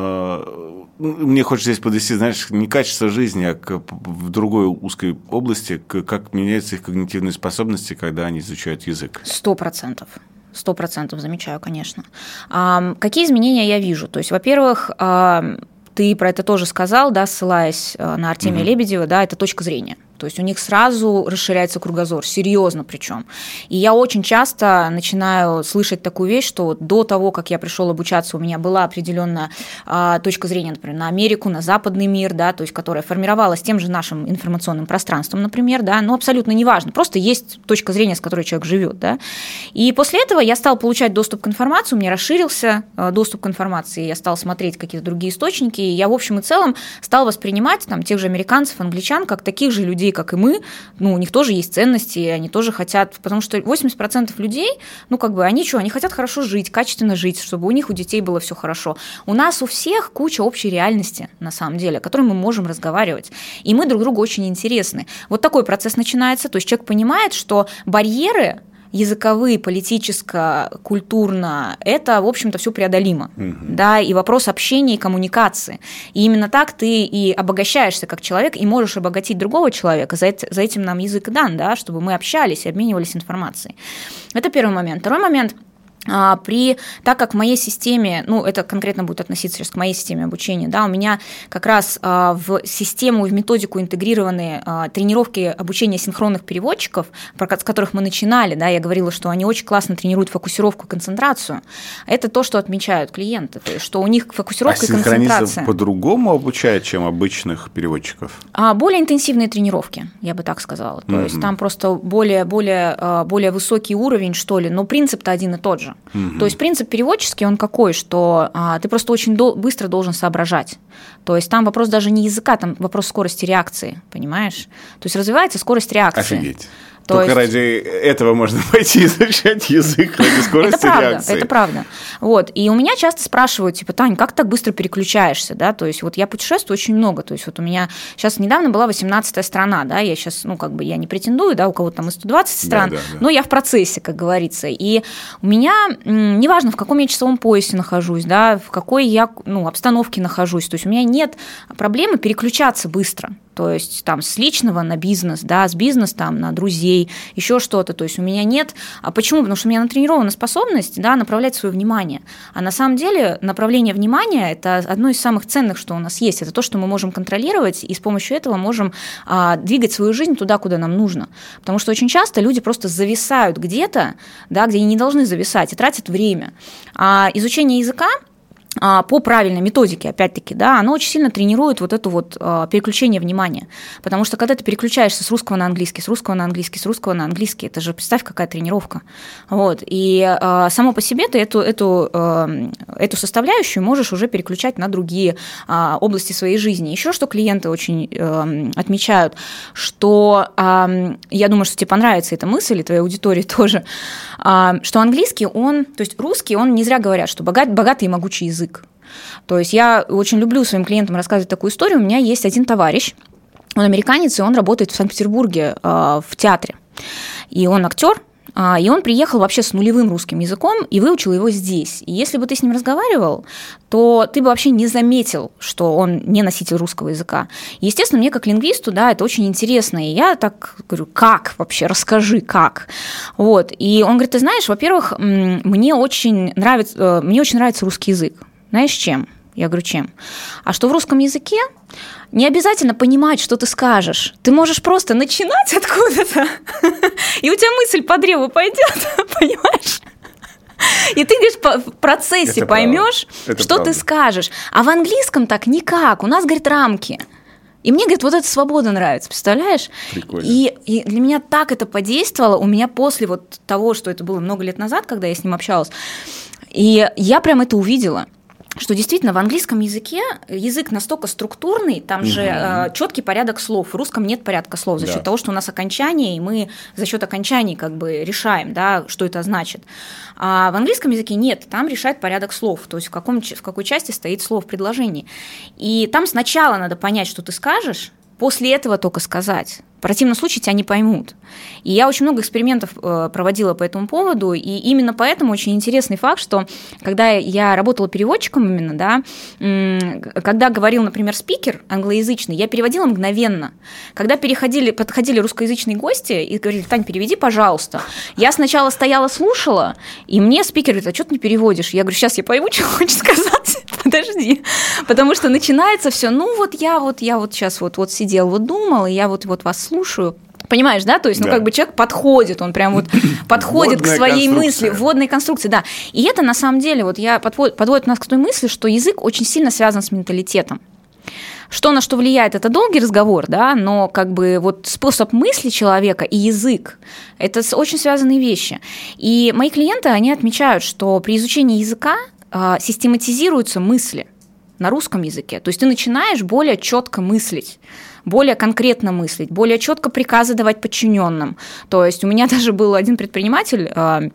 Мне хочется здесь подвести, знаешь, не качество жизни, а к, в другой узкой области, к, как меняются их когнитивные способности, когда они изучают язык. Сто процентов. Сто процентов замечаю, конечно. А, какие изменения я вижу? То есть, во-первых, а, ты про это тоже сказал, да, ссылаясь на Артемия mm-hmm. Лебедева, да, это точка зрения. То есть у них сразу расширяется кругозор, серьезно причем. И я очень часто начинаю слышать такую вещь, что до того, как я пришел обучаться, у меня была определенная а, точка зрения, например, на Америку, на западный мир, да, то есть которая формировалась тем же нашим информационным пространством, например, да, но абсолютно неважно, просто есть точка зрения, с которой человек живет, да. И после этого я стал получать доступ к информации, у меня расширился доступ к информации, я стал смотреть какие-то другие источники, и я в общем и целом стал воспринимать там тех же американцев, англичан, как таких же людей, как и мы, ну, у них тоже есть ценности, они тоже хотят, потому что восемьдесят процентов людей, ну, как бы, они что, они хотят хорошо жить, качественно жить, чтобы у них, у детей было все хорошо. У нас у всех куча общей реальности, на самом деле, о которой мы можем разговаривать, и мы друг другу очень интересны. Вот такой процесс начинается, то есть человек понимает, что барьеры языковые, политическое, культурно, это, в общем-то, все преодолимо, угу. да, и вопрос общения и коммуникации. И именно так ты и обогащаешься как человек, и можешь обогатить другого человека, за, это, за этим нам язык дан, да, чтобы мы общались и обменивались информацией. Это первый момент. Второй момент. При, так как в моей системе, ну, это конкретно будет относиться сейчас к моей системе обучения, да, у меня как раз а, в систему, в методику интегрированы а, тренировки обучения синхронных переводчиков, с которых мы начинали, да, я говорила, что они очень классно тренируют фокусировку и концентрацию. Это то, что отмечают клиенты, то есть, что у них фокусировка а и концентрация. А по-другому обучают, чем обычных переводчиков? А, более интенсивные тренировки, я бы так сказала. То mm-hmm. есть там просто более, более, более высокий уровень, что ли, но принцип-то один и тот же. Mm-hmm. То есть принцип переводческий, он какой, что а, ты просто очень до- быстро должен соображать. То есть там вопрос даже не языка, там вопрос скорости реакции, понимаешь? То есть развивается скорость реакции. Офигеть. То Только есть... ради этого можно пойти изучать язык, ради скорости это правда, реакции. Это правда. Вот. И у меня часто спрашивают, типа, Тань, как так быстро переключаешься? Да? То есть вот я путешествую очень много. То есть вот у меня сейчас недавно была восемнадцатая страна, да, я сейчас, ну, как бы я не претендую, да, у кого-то там и сто двадцать стран, да, да, да. но я в процессе, как говорится. И у меня, неважно, в каком я часовом поясе нахожусь, да, в какой я, ну, обстановке нахожусь, то есть у меня нет проблемы переключаться быстро. То есть там с личного на бизнес, да, с бизнеса там на друзей, еще что-то. То есть у меня нет... А почему? Потому что у меня натренирована способность, да, направлять свое внимание. А на самом деле направление внимания – это одно из самых ценных, что у нас есть. Это то, что мы можем контролировать, и с помощью этого можем а, двигать свою жизнь туда, куда нам нужно. Потому что очень часто люди просто зависают где-то, да, где они не должны зависать, и тратят время. А изучение языка по правильной методике, опять-таки, да, оно очень сильно тренирует вот это вот переключение внимания, потому что когда ты переключаешься с русского на английский, с русского на английский, с русского на английский, это же, представь, какая тренировка, вот, и э, само по себе ты эту, эту, э, эту составляющую можешь уже переключать на другие э, области своей жизни. Еще что клиенты очень э, отмечают, что, э, я думаю, что тебе понравится эта мысль, и твоей аудитории тоже, э, что английский, он, то есть русский, он не зря говорят, что богат, богатый и могучий язык. То есть я очень люблю своим клиентам рассказывать такую историю. У меня есть один товарищ, он американец, и он работает в Санкт-Петербурге э, в театре. И он актер, э, и он приехал вообще с нулевым русским языком и выучил его здесь. И если бы ты с ним разговаривал, то ты бы вообще не заметил, что он не носитель русского языка. И, естественно, мне как лингвисту, да, это очень интересно. И я так говорю, как вообще, расскажи, как. Вот. И он говорит, ты знаешь, во-первых, мне очень нравится, мне очень нравится русский язык. Знаешь, чем? Я говорю, чем? А что в русском языке не обязательно понимать, что ты скажешь. Ты можешь просто начинать откуда-то, и у тебя мысль по древу пойдет, понимаешь? И ты, говоришь, в процессе поймешь, что правда. Ты скажешь. А в английском так никак. У нас, говорит, рамки. И мне, говорит, вот эта свобода нравится, представляешь? Прикольно. И, и для меня так это подействовало. У меня после вот того, что это было много лет назад, когда я с ним общалась, и я прям это увидела. Что действительно в английском языке язык настолько структурный, там же угу. четкий порядок слов. В русском нет порядка слов за счет да. того, что у нас окончание, и мы за счет окончаний как бы решаем, да, что это значит. А в английском языке нет, там решает порядок слов, то есть в, каком, в какой части стоит слово в предложении. И там сначала надо понять, что ты скажешь, после этого только сказать. В противном случае тебя не поймут. И я очень много экспериментов проводила по этому поводу, и именно поэтому очень интересный факт, что когда я работала переводчиком именно, да, когда говорил, например, спикер англоязычный, я переводила мгновенно. Когда переходили, подходили русскоязычные гости и говорили, Тань, переведи, пожалуйста. Я сначала стояла, слушала, и мне спикер говорит, а что ты не переводишь? Я говорю, сейчас я пойму, что хочешь сказать. Подожди. Потому что начинается все, ну вот я вот, я вот сейчас вот, вот сидел, вот думал, и я вот, вот вас слушаю. Понимаешь, да? То есть, ну, да. как бы человек подходит, он прям вот подходит Вводная к своей конструкция. мысли, вводной конструкции, да. И это, на самом деле, вот я подводит, подводит нас к той мысли, что язык очень сильно связан с менталитетом. Что на что влияет, это долгий разговор, да, но как бы вот способ мысли человека и язык – это очень связанные вещи. И мои клиенты, они отмечают, что при изучении языка а, систематизируются мысли на русском языке. То есть ты начинаешь более четко мыслить, более конкретно мыслить, более четко приказы давать подчиненным. То есть у меня даже был один предприниматель,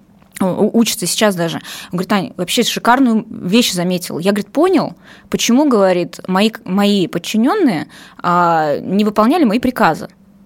учится сейчас даже, он говорит, Таня, вообще шикарную вещь заметил. Я, говорит, понял, почему, говорит, мои, мои подчиненные не выполняли мои приказы.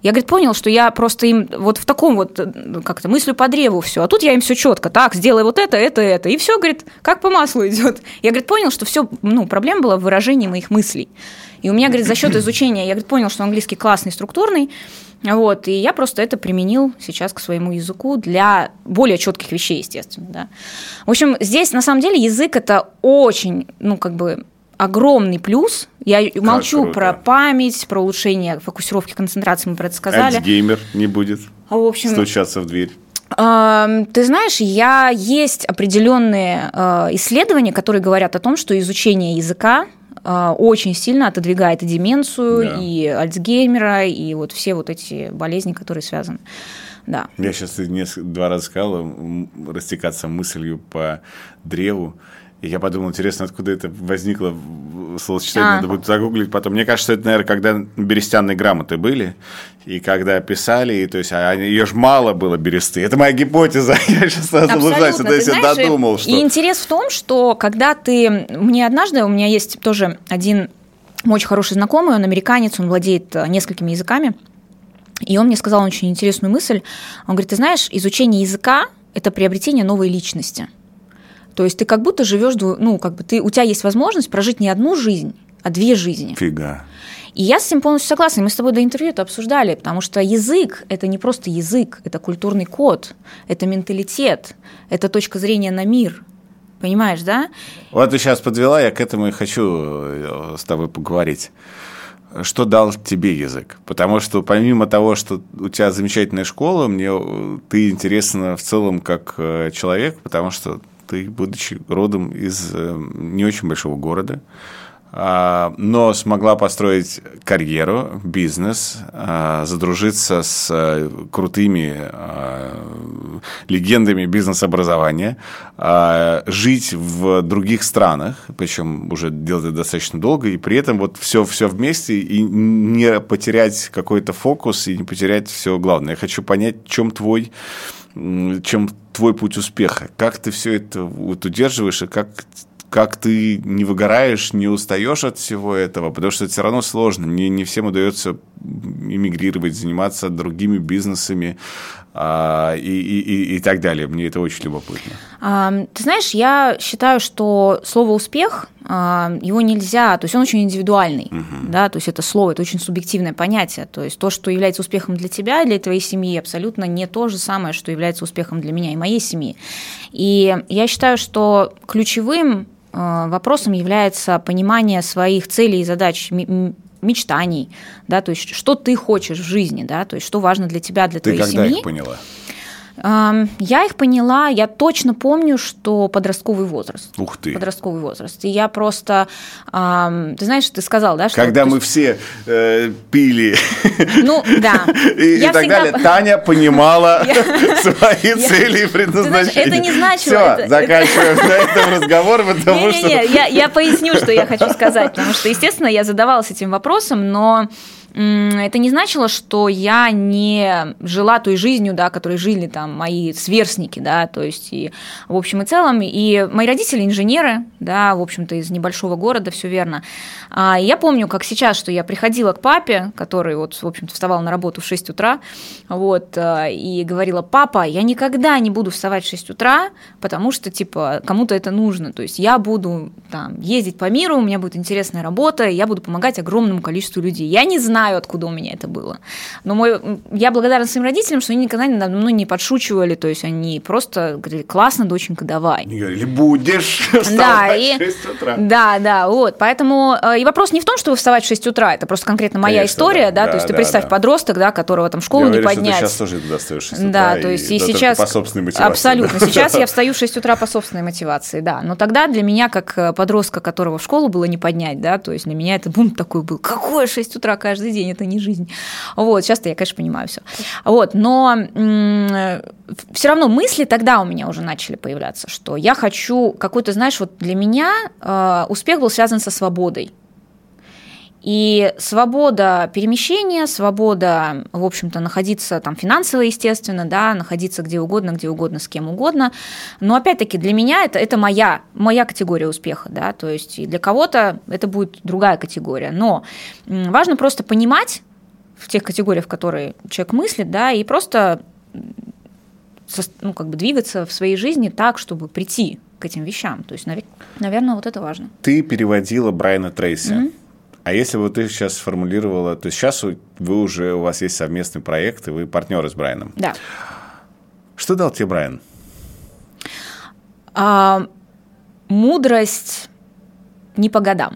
Я, говорит, понял, что я просто им вот в таком вот как-то мыслю по древу все, а тут я им все четко, так, сделай вот это, это, это, и все, говорит, как по маслу идет. Я, говорит, понял, что все, ну, проблема была в выражении моих мыслей. И у меня, говорит, за счет изучения, я, говорит, понял, что английский классный, структурный, вот, и я просто это применил сейчас к своему языку для более четких вещей, естественно, да. В общем, здесь, на самом деле, язык – это очень, ну, как бы, огромный плюс. Я как молчу круто. Про память, про улучшение фокусировки, концентрации, мы про это сказали. Альцгеймер не будет в общем, стучаться в дверь. Э, ты знаешь, я, есть определенные э, исследования, которые говорят о том, что изучение языка э, очень сильно отодвигает и деменцию, да. и Альцгеймера, и вот все вот эти болезни, которые связаны. Да. Я сейчас несколько, два раза сказала растекаться мыслью по древу. И я подумал, интересно, откуда это возникло словосочетание, а. надо будет загуглить потом. Мне кажется, это, наверное, когда берестяные грамоты были, и когда писали, и, то есть а ее ж мало было бересты. Это моя гипотеза, я сейчас сразу заблуждаюсь, то есть я додумал, что... И интерес в том, что когда ты... Мне однажды, у меня есть тоже один очень хороший знакомый, он американец, он владеет несколькими языками, и он мне сказал очень интересную мысль. Он говорит, ты знаешь, изучение языка – это приобретение новой личности. То есть ты как будто живешь, ну, как бы ты, у тебя есть возможность прожить не одну жизнь, а две жизни. Фига. И я с этим полностью согласна. Мы с тобой до интервью это обсуждали, потому что язык – это не просто язык, это культурный код, это менталитет, это точка зрения на мир. Понимаешь, да? Вот ты сейчас подвела, я к этому и хочу с тобой поговорить. Что дал тебе язык? Потому что помимо того, что у тебя замечательная школа, мне ты интересна в целом как человек, потому что ты, будучи родом из не очень большого города, но смогла построить карьеру, бизнес, задружиться с крутыми легендами бизнес-образования, жить в других странах, причем уже делать это достаточно долго, и при этом вот все, все вместе, и не потерять какой-то фокус, и не потерять все главное. Я хочу понять, в чем твой, чем твой путь успеха, как ты все это вот удерживаешь, и как... как ты не выгораешь, не устаешь от всего этого, потому что это все равно сложно. Не, не всем удается эмигрировать, заниматься другими бизнесами а, и, и, и так далее. Мне это очень любопытно. А, ты знаешь, я считаю, что слово «успех», а, его нельзя, то есть он очень индивидуальный, uh-huh. да, то есть это слово, это очень субъективное понятие, то есть то, что является успехом для тебя, для твоей семьи, абсолютно не то же самое, что является успехом для меня и моей семьи. И я считаю, что ключевым вопросом является понимание своих целей и задач, мечтаний, да, то есть что ты хочешь в жизни, да, то есть что важно для тебя, для ты твоей семьи. Ты когда их поняла? Я их поняла, я точно помню, что подростковый возраст. Ух ты. Подростковый возраст. И я просто, ты знаешь, ты сказал, да, что... Когда мы все э, пили. Ну, да. И, и так далее, Таня понимала свои цели и предназначения. Это не значило... Все, заканчиваем на этом разговор, потому что... Не-не-не, я поясню, что я хочу сказать, потому что, естественно, я задавалась этим вопросом, но... это не значило, что я не жила той жизнью, да, которой жили там мои сверстники, да, то есть и в общем и целом, и мои родители инженеры, да, в общем-то из небольшого города, все верно. А я помню, как сейчас, что я приходила к папе, который вот, в общем-то, вставал на работу в шесть утра, вот, и говорила: папа, я никогда не буду вставать в шесть утра, потому что, типа, кому-то это нужно, то есть я буду там ездить по миру, у меня будет интересная работа, и я буду помогать огромному количеству людей. Я не знаю, знаю, откуда у меня это было. Но мой, я благодарна своим родителям, что они никогда надо мной не подшучивали, то есть они просто говорили: классно, доченька, давай. Они говорили: будешь вставать да, и, в шесть утра. Да, да, вот, поэтому, и вопрос не в том, чтобы вставать в шесть утра, это просто конкретно моя Конечно, история, да, да, то есть да, ты представь, да. подросток, да, которого там в школу я не уверен, поднять. Что ты сейчас тоже туда встаешь в шесть утра. Да, то есть и, и сейчас... по собственной мотивации. Абсолютно, сейчас я встаю в шесть утра по собственной мотивации, да, но тогда для меня, как подростка, которого в школу было не поднять, да, то есть для меня это бунт такой был: какое шесть утра каждый день, это не жизнь. Вот, сейчас-то я, конечно, понимаю все. Вот, но м- все равно мысли тогда у меня уже начали появляться, что я хочу какой-то, знаешь, вот для меня э, успех был связан со свободой. И свобода перемещения, свобода, в общем-то, находиться там финансово, естественно, да, находиться где угодно, где угодно, с кем угодно. Но опять-таки для меня это, это моя, моя категория успеха, да, то есть и для кого-то это будет другая категория. Но важно просто понимать, в тех категориях, в которые человек мыслит, да, и просто ну, как бы двигаться в своей жизни так, чтобы прийти к этим вещам. То есть, наверное, вот это важно. Ты переводила Брайана Трейси. Mm-hmm. А если бы ты сейчас сформулировала, то есть сейчас вы уже, у вас есть совместный проект, и вы партнеры с Брайаном. Да. Что дал тебе Брайан? А, мудрость не по годам.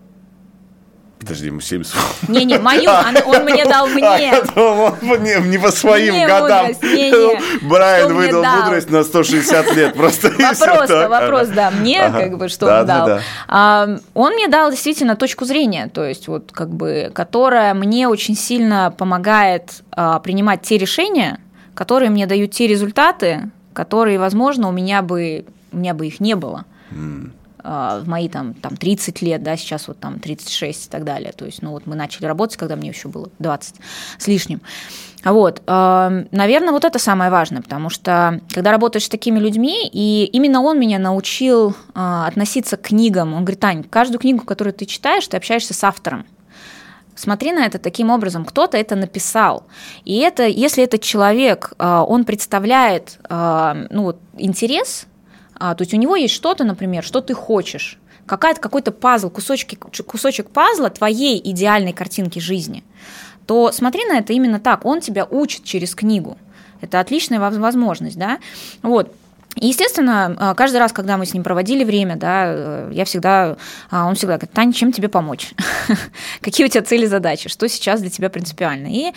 Подожди, ему семьдесят. Не-не, мою, он, он мне дал мне. А, я думал, не, не по своим мне годам. Мудрость, не, не. Брайан что выдал мудрость на сто шестьдесят лет. Просто вопрос, вопрос, да, мне ага. как бы что да, он дал. Да, да. А, он мне дал действительно точку зрения, то есть вот как бы, которая мне очень сильно помогает а, принимать те решения, которые мне дают те результаты, которые, возможно, у меня бы, у меня бы их не было. Mm. в мои там, там тридцать лет, да, сейчас вот там тридцать шесть и так далее. То есть, ну вот мы начали работать, когда мне еще было двадцать с лишним. Вот, наверное, вот это самое важное, потому что когда работаешь с такими людьми, и именно он меня научил относиться к книгам, он говорит: Тань, каждую книгу, которую ты читаешь, ты общаешься с автором. Смотри на это таким образом, кто-то это написал. И это, если этот человек, он представляет, ну, вот, интерес, то есть у него есть что-то, например, что ты хочешь, какая-то, какой-то пазл, кусочки, кусочек пазла твоей идеальной картинки жизни, то смотри на это именно так, он тебя учит через книгу. Это отличная возможность, да, вот. И, естественно, каждый раз, когда мы с ним проводили время, да, я всегда, он всегда говорит: Таня, чем тебе помочь? Какие у тебя цели, задачи? Что сейчас для тебя принципиально? И,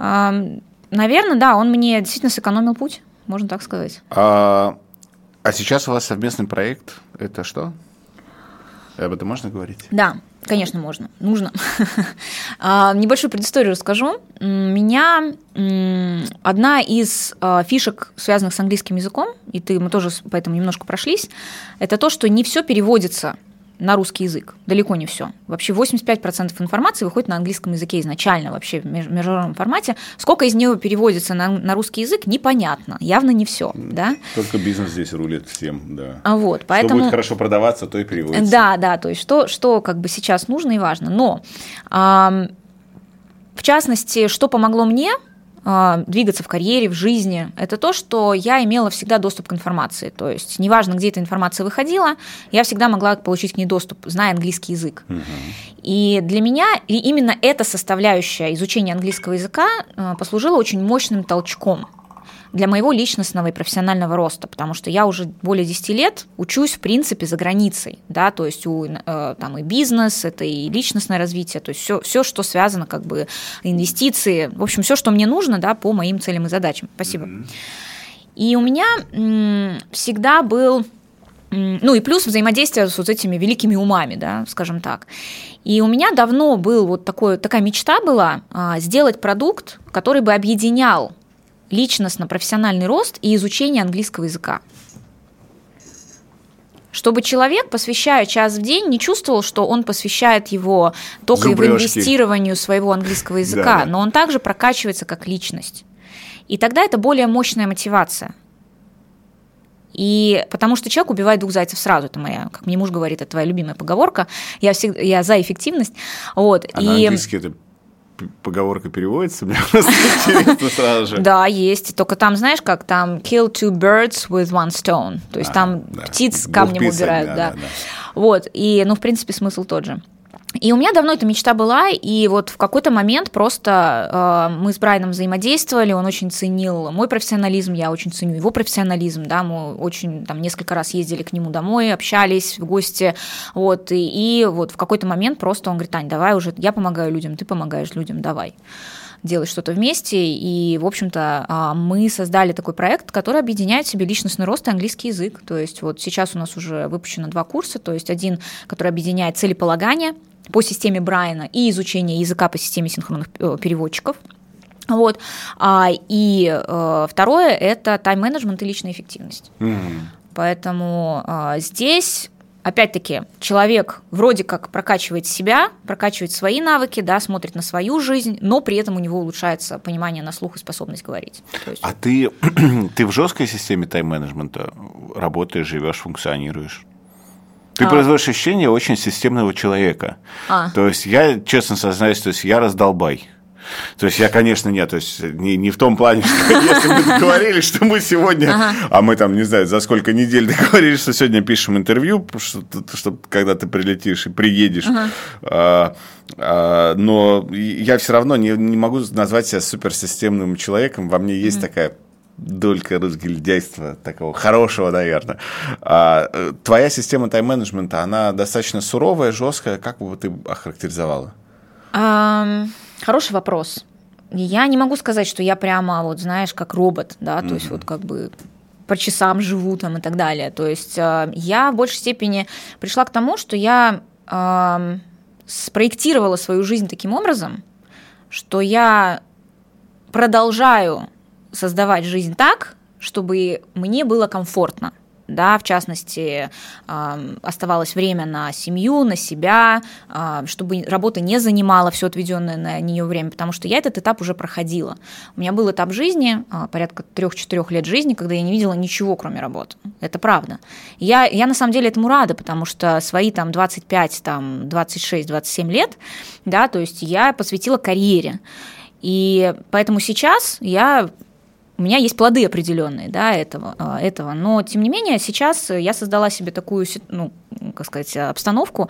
наверное, да, он мне действительно сэкономил путь, можно так сказать. А, а сейчас у вас совместный проект. Это что? Об этом можно говорить? Да, конечно, можно. Нужно. Небольшую предысторию расскажу. У меня одна из фишек, связанных с английским языком, и ты, мы тоже поэтому немножко прошлись, это то, что не все переводится на русский язык. Далеко не все. Вообще восемьдесят пять процентов информации выходит на английском языке изначально, вообще в международном формате. Сколько из него переводится на, на русский язык, непонятно. Явно не все. Да? Только бизнес здесь рулит всем. Да. А вот, поэтому... Что будет хорошо продаваться, то и переводится. Да, да, то есть что, что как бы сейчас нужно и важно. Но, а, в частности, что помогло мне двигаться в карьере, в жизни, это то, что я имела всегда доступ к информации. То есть неважно, где эта информация выходила, я всегда могла получить к ней доступ, зная английский язык. Угу. И для меня и именно эта составляющая изучения английского языка послужила очень мощным толчком для моего личностного и профессионального роста, потому что я уже более десяти лет учусь, в принципе, за границей, да, то есть у, э, там и бизнес, это и личностное развитие, то есть все, все, что связано, как бы, инвестиции, в общем, все, что мне нужно, да, по моим целям и задачам. Спасибо. Mm-hmm. И у меня м, всегда был, м, ну и плюс взаимодействие с вот этими великими умами, да, скажем так. И у меня давно был вот такой, такая мечта была а, сделать продукт, который бы объединял личностно-профессиональный рост и изучение английского языка. Чтобы человек, посвящая час в день, не чувствовал, что он посвящает его только в инвестированию своего английского языка, да, да. но он также прокачивается как личность. И тогда это более мощная мотивация. И потому что человек убивает двух зайцев сразу. Это моя, как мне муж говорит, это твоя любимая поговорка. Я, всегда, я за эффективность. Вот. А и... на английский это... поговорка переводится, мне просто интересно сразу же. Да, есть. Только там, знаешь, как там kill two birds with one stone. То есть а, там да. птиц камнем убирают. Да, да. Да, да. Вот. И, ну, в принципе, смысл тот же. И у меня давно эта мечта была, и вот в какой-то момент просто э, мы с Брайаном взаимодействовали, он очень ценил мой профессионализм, я очень ценю его профессионализм, да, мы очень там несколько раз ездили к нему домой, общались в гости, вот, и, и вот в какой-то момент просто он говорит: Тань, давай уже, я помогаю людям, ты помогаешь людям, давай делать что-то вместе, и, в общем-то, мы создали такой проект, который объединяет в себе личностный рост и английский язык, то есть вот сейчас у нас уже выпущено два курса, то есть один, который объединяет целеполагание по системе Брайана и изучение языка по системе синхронных переводчиков. Вот. И второе – это тайм-менеджмент и личная эффективность. Mm-hmm. Поэтому здесь, опять-таки, человек вроде как прокачивает себя, прокачивает свои навыки, да, смотрит на свою жизнь, но при этом у него улучшается понимание на слух и способность говорить. есть... А ты, ты в жесткой системе тайм-менеджмента работаешь, живешь, функционируешь? Ты а. производишь ощущение очень системного человека. А. То есть я, честно сознаюсь, то есть я раздолбай. То есть я, конечно, нет, то есть не, не в том плане, что если мы договорились, что мы сегодня, ага. а мы там, не знаю, за сколько недель договорились, что сегодня пишем интервью, чтобы когда ты прилетишь и приедешь, ага. а, а, но я все равно не, не могу назвать себя суперсистемным человеком, во мне есть mm-hmm. такая долька разгильдяйства, такого хорошего, наверное. А, твоя система тайм-менеджмента, она достаточно суровая, жесткая, как бы ты охарактеризовала? Um... Хороший вопрос. Я не могу сказать, что я прямо, вот знаешь, как робот, да, то mm-hmm. есть вот как бы по часам живу там и так далее. То есть э, я в большей степени пришла к тому, что я э, спроектировала свою жизнь таким образом, что я продолжаю создавать жизнь так, чтобы мне было комфортно. Да, в частности, э, оставалось время на семью, на себя, э, чтобы работа не занимала все отведенное на нее время, потому что я этот этап уже проходила. У меня был этап жизни, э, порядка трех-четырех лет жизни, когда я не видела ничего, кроме работы. Это правда. Я, я на самом деле этому рада, потому что свои там двадцать пять, там, двадцать шесть, двадцать семь лет, да, то есть я посвятила карьере. И поэтому сейчас я... У меня есть плоды определенные, да, этого, этого, но, тем не менее, сейчас я создала себе такую, ну, как сказать, обстановку,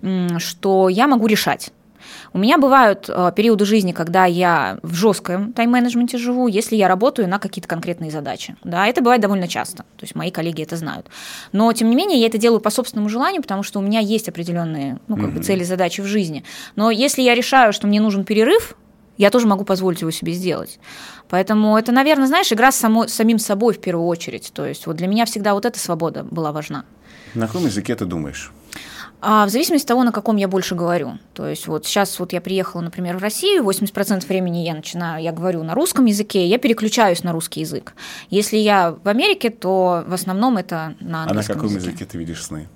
что я могу решать. У меня бывают периоды жизни, когда я в жестком тайм-менеджменте живу, если я работаю на какие-то конкретные задачи. Да, это бывает довольно часто, то есть мои коллеги это знают. Но, тем не менее, я это делаю по собственному желанию, потому что у меня есть определенные, ну, как бы цели, задачи в жизни. Но если я решаю, что мне нужен перерыв, я тоже могу позволить его себе сделать. Поэтому это, наверное, знаешь, игра с само, самим собой в первую очередь. То есть вот для меня всегда вот эта свобода была важна. На каком языке ты думаешь? А, в зависимости от того, на каком я больше говорю. То есть вот сейчас вот я приехала, например, в Россию, восемьдесят процентов времени я начинаю, я говорю на русском языке, я переключаюсь на русский язык. Если я в Америке, то в основном это на английском языке. А на каком языке, языке ты видишь сны?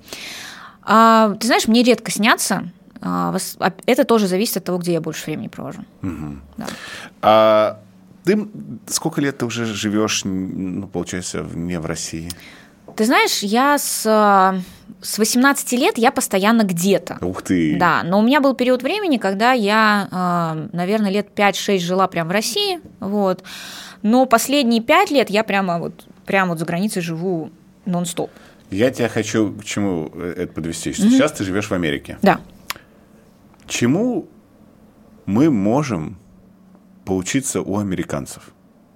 А, ты знаешь, мне редко снятся. Это тоже зависит от того, где я больше времени провожу. Угу. Да. А ты сколько лет ты уже живешь, ну, получается, не в России? Ты знаешь, я с, с восемнадцати лет я постоянно где-то. Ух ты! Да, но у меня был период времени, когда я, наверное, лет пять-шесть жила прямо в России, вот. Но последние пять лет я прямо вот, прямо вот за границей живу нон-стоп. Я тебя хочу к чему это подвести, что mm-hmm. сейчас ты живешь в Америке. Да. Чему мы можем поучиться у американцев?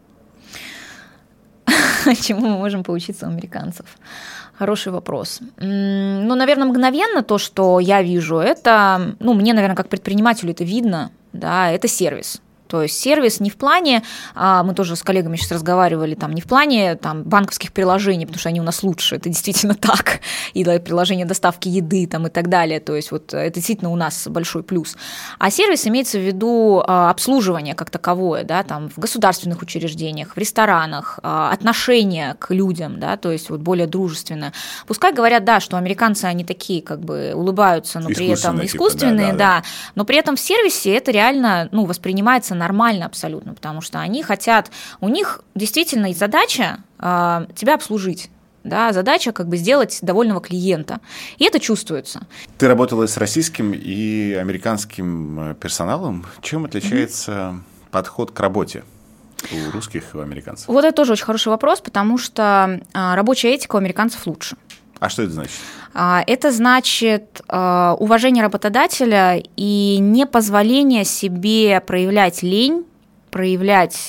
Чему мы можем поучиться у американцев? Хороший вопрос. Ну, наверное, мгновенно то, что я вижу, это, ну, мне, наверное, как предпринимателю это видно, да, это сервис. То есть сервис не в плане, мы тоже с коллегами сейчас разговаривали, там, не в плане там, банковских приложений, потому что они у нас лучше, это действительно так, и приложения доставки еды там, и так далее, то есть вот это действительно у нас большой плюс. А сервис имеется в виду обслуживание как таковое, да, там, в государственных учреждениях, в ресторанах, отношение к людям, да, то есть вот более дружественное. Пускай говорят, да, что американцы, они такие как бы улыбаются, но при этом искусственные, типа, да, да, да, но при этом в сервисе это реально, ну, воспринимается нормально абсолютно, потому что они хотят, у них действительно задача э, тебя обслужить, да, задача как бы сделать довольного клиента, и это чувствуется. Ты работала с российским и американским персоналом. Чем отличается mm-hmm. подход к работе у русских и у американцев? Вот это тоже очень хороший вопрос, потому что э, рабочая этика у американцев лучше. А что это значит? Это значит уважение работодателя и непозволение себе проявлять лень, проявлять,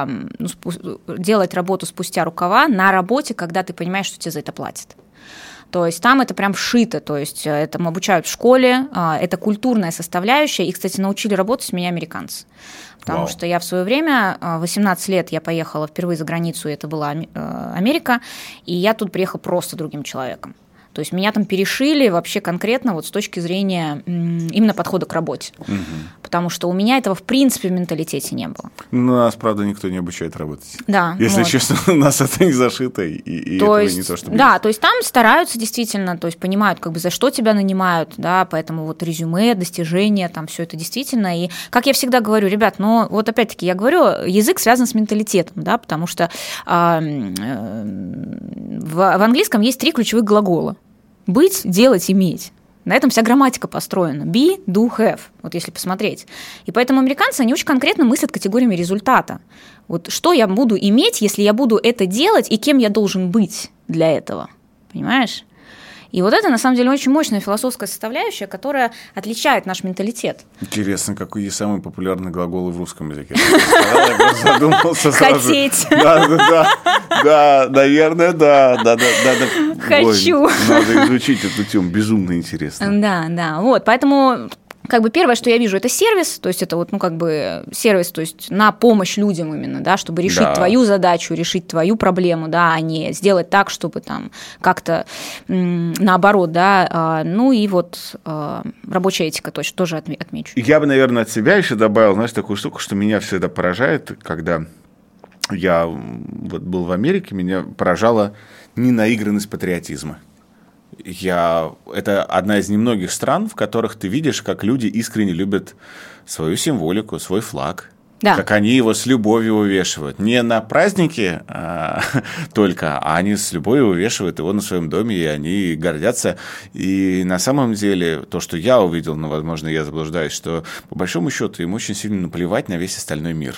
делать работу спустя рукава на работе, когда ты понимаешь, что тебе за это платят. То есть там это прям вшито, то есть этому обучают в школе, это культурная составляющая, и, кстати, научили работать с меня американцы. Потому Вау. Что я в свое время, восемнадцать лет, я поехала впервые за границу, и это была Америка, и я тут приехала просто другим человеком. То есть меня там перешили вообще конкретно вот с точки зрения именно подхода к работе. Угу. Потому что у меня этого в принципе в менталитете не было. Нас, правда, никто не обучает работать. Да. Если вот. честно, у нас это не зашито, и, и то этого есть, не то, что да, то есть там стараются действительно, то есть понимают, как бы, за что тебя нанимают, да, поэтому вот резюме, достижения, там все это действительно. И, как я всегда говорю, ребят, ну вот опять-таки я говорю, язык связан с менталитетом, да, потому что э, э, в, в английском есть три ключевых глагола. Быть, делать, иметь. На этом вся грамматика построена. Be, do, have, вот если посмотреть. И поэтому американцы, они очень конкретно мыслят категориями результата. Вот что я буду иметь, если я буду это делать, и кем я должен быть для этого. Понимаешь? И вот это, на самом деле, очень мощная философская составляющая, которая отличает наш менталитет. Интересно, какой самый популярный глагол в русском языке? Я просто задумался сразу. Хотеть. Да, да, да, да, наверное, да, да, да, да. Хочу. Ой, надо изучить эту тему, безумно интересно. Да, да, вот, поэтому... Как бы первое, что я вижу, это сервис, то есть это вот, ну, как бы сервис, то есть на помощь людям именно, да, чтобы решить да. твою задачу, решить твою проблему, да, а не сделать так, чтобы там как-то м, наоборот, да, а, ну и вот а, рабочая этика точно тоже отмечу. Я бы, наверное, от себя еще добавил, знаешь, такую штуку, что меня всегда поражает, когда я вот был в Америке, меня поражала ненаигранность патриотизма. Я... Это одна из немногих стран, в которых ты видишь, как люди искренне любят свою символику, свой флаг. Да. Как они его с любовью увешивают. Не на праздники а, только, а они с любовью увешивают его на своем доме, и они гордятся. И на самом деле, то, что я увидел, но, возможно, я заблуждаюсь, что, по большому счету, им очень сильно наплевать на весь остальной мир.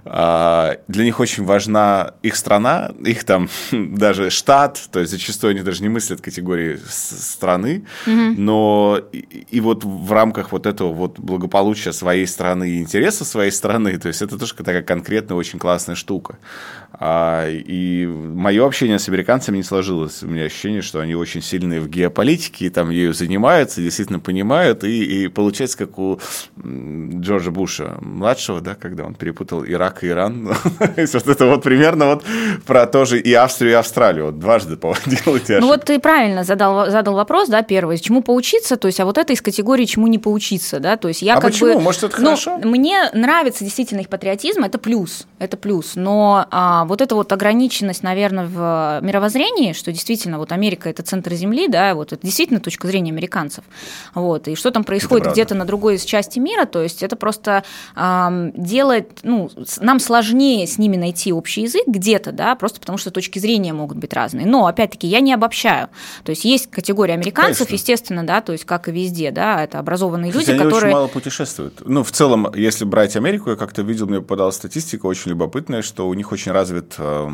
А, для них очень важна их страна, их там даже штат, то есть зачастую они даже не мыслят категории страны, mm-hmm. но и, и вот в рамках вот этого вот благополучия своей страны и интереса своей страны, то есть это тоже такая конкретная, очень классная штука. А, и мое общение с американцами не сложилось. У меня ощущение, что они очень сильные в геополитике, и там ею занимаются, действительно понимают. И, и получается, как у Джорджа Буша младшего, да, когда он перепутал Ирак и Иран. То есть вот это вот примерно вот про тоже и Австрию, и Австралию. Вот дважды делать. Ну вот ты правильно задал, задал вопрос, да, первый. Чему поучиться? То есть, а вот это из категории «чему не поучиться», да? То есть я а как почему? бы, Может, это ну, хорошо? Мне нравится действительно их патриотизм, это плюс, это плюс, но а, вот эта вот ограниченность, наверное, в мировоззрении, что действительно вот Америка – это центр Земли, да, вот это действительно точка зрения американцев, вот, и что там происходит где-то на другой части мира, то есть это просто а, делает, ну, нам сложнее с ними найти общий язык где-то, да, просто потому что точки зрения могут быть разные, но, опять-таки, я не обобщаю, то есть есть категория американцев, конечно. Естественно, да, то есть как и везде, да, это образованные люди, они которые… очень мало путешествуют, ну, в целом, если брать Америку, я как-то видел, мне попадалась статистика очень любопытная, что у них очень развит, э,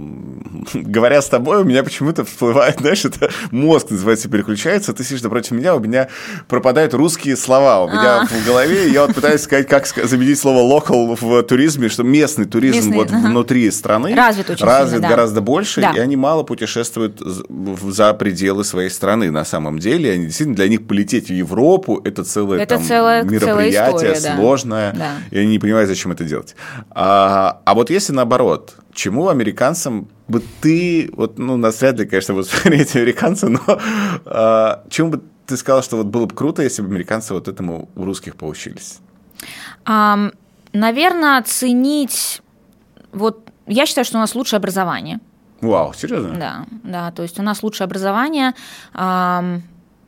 говоря с тобой, у меня почему-то всплывает, знаешь, это мозг, называется, переключается, ты сидишь напротив меня, у меня пропадают русские слова, у меня А-а-а. в голове, я вот пытаюсь сказать, как заменить слово local в туризме, что местный туризм местный, вот ага. внутри страны развит, очень развит сильно, гораздо да. больше, да. и они мало путешествуют за пределы своей страны на самом деле, они действительно, для них полететь в Европу, это целое, это там, целая, мероприятие, целая история, сложное, да. и они не понимают, зачем это делать. А, а вот если наоборот, чему американцам бы ты, вот, ну, нас вряд ли, конечно, будут смотреть американцы, но а, чему бы ты сказала, что вот было бы круто, если бы американцы вот этому у русских поучились? Um, наверное, ценить, вот, я считаю, что у нас лучшее образование. Вау, серьезно? Да, да, то есть у нас лучшее образование, um,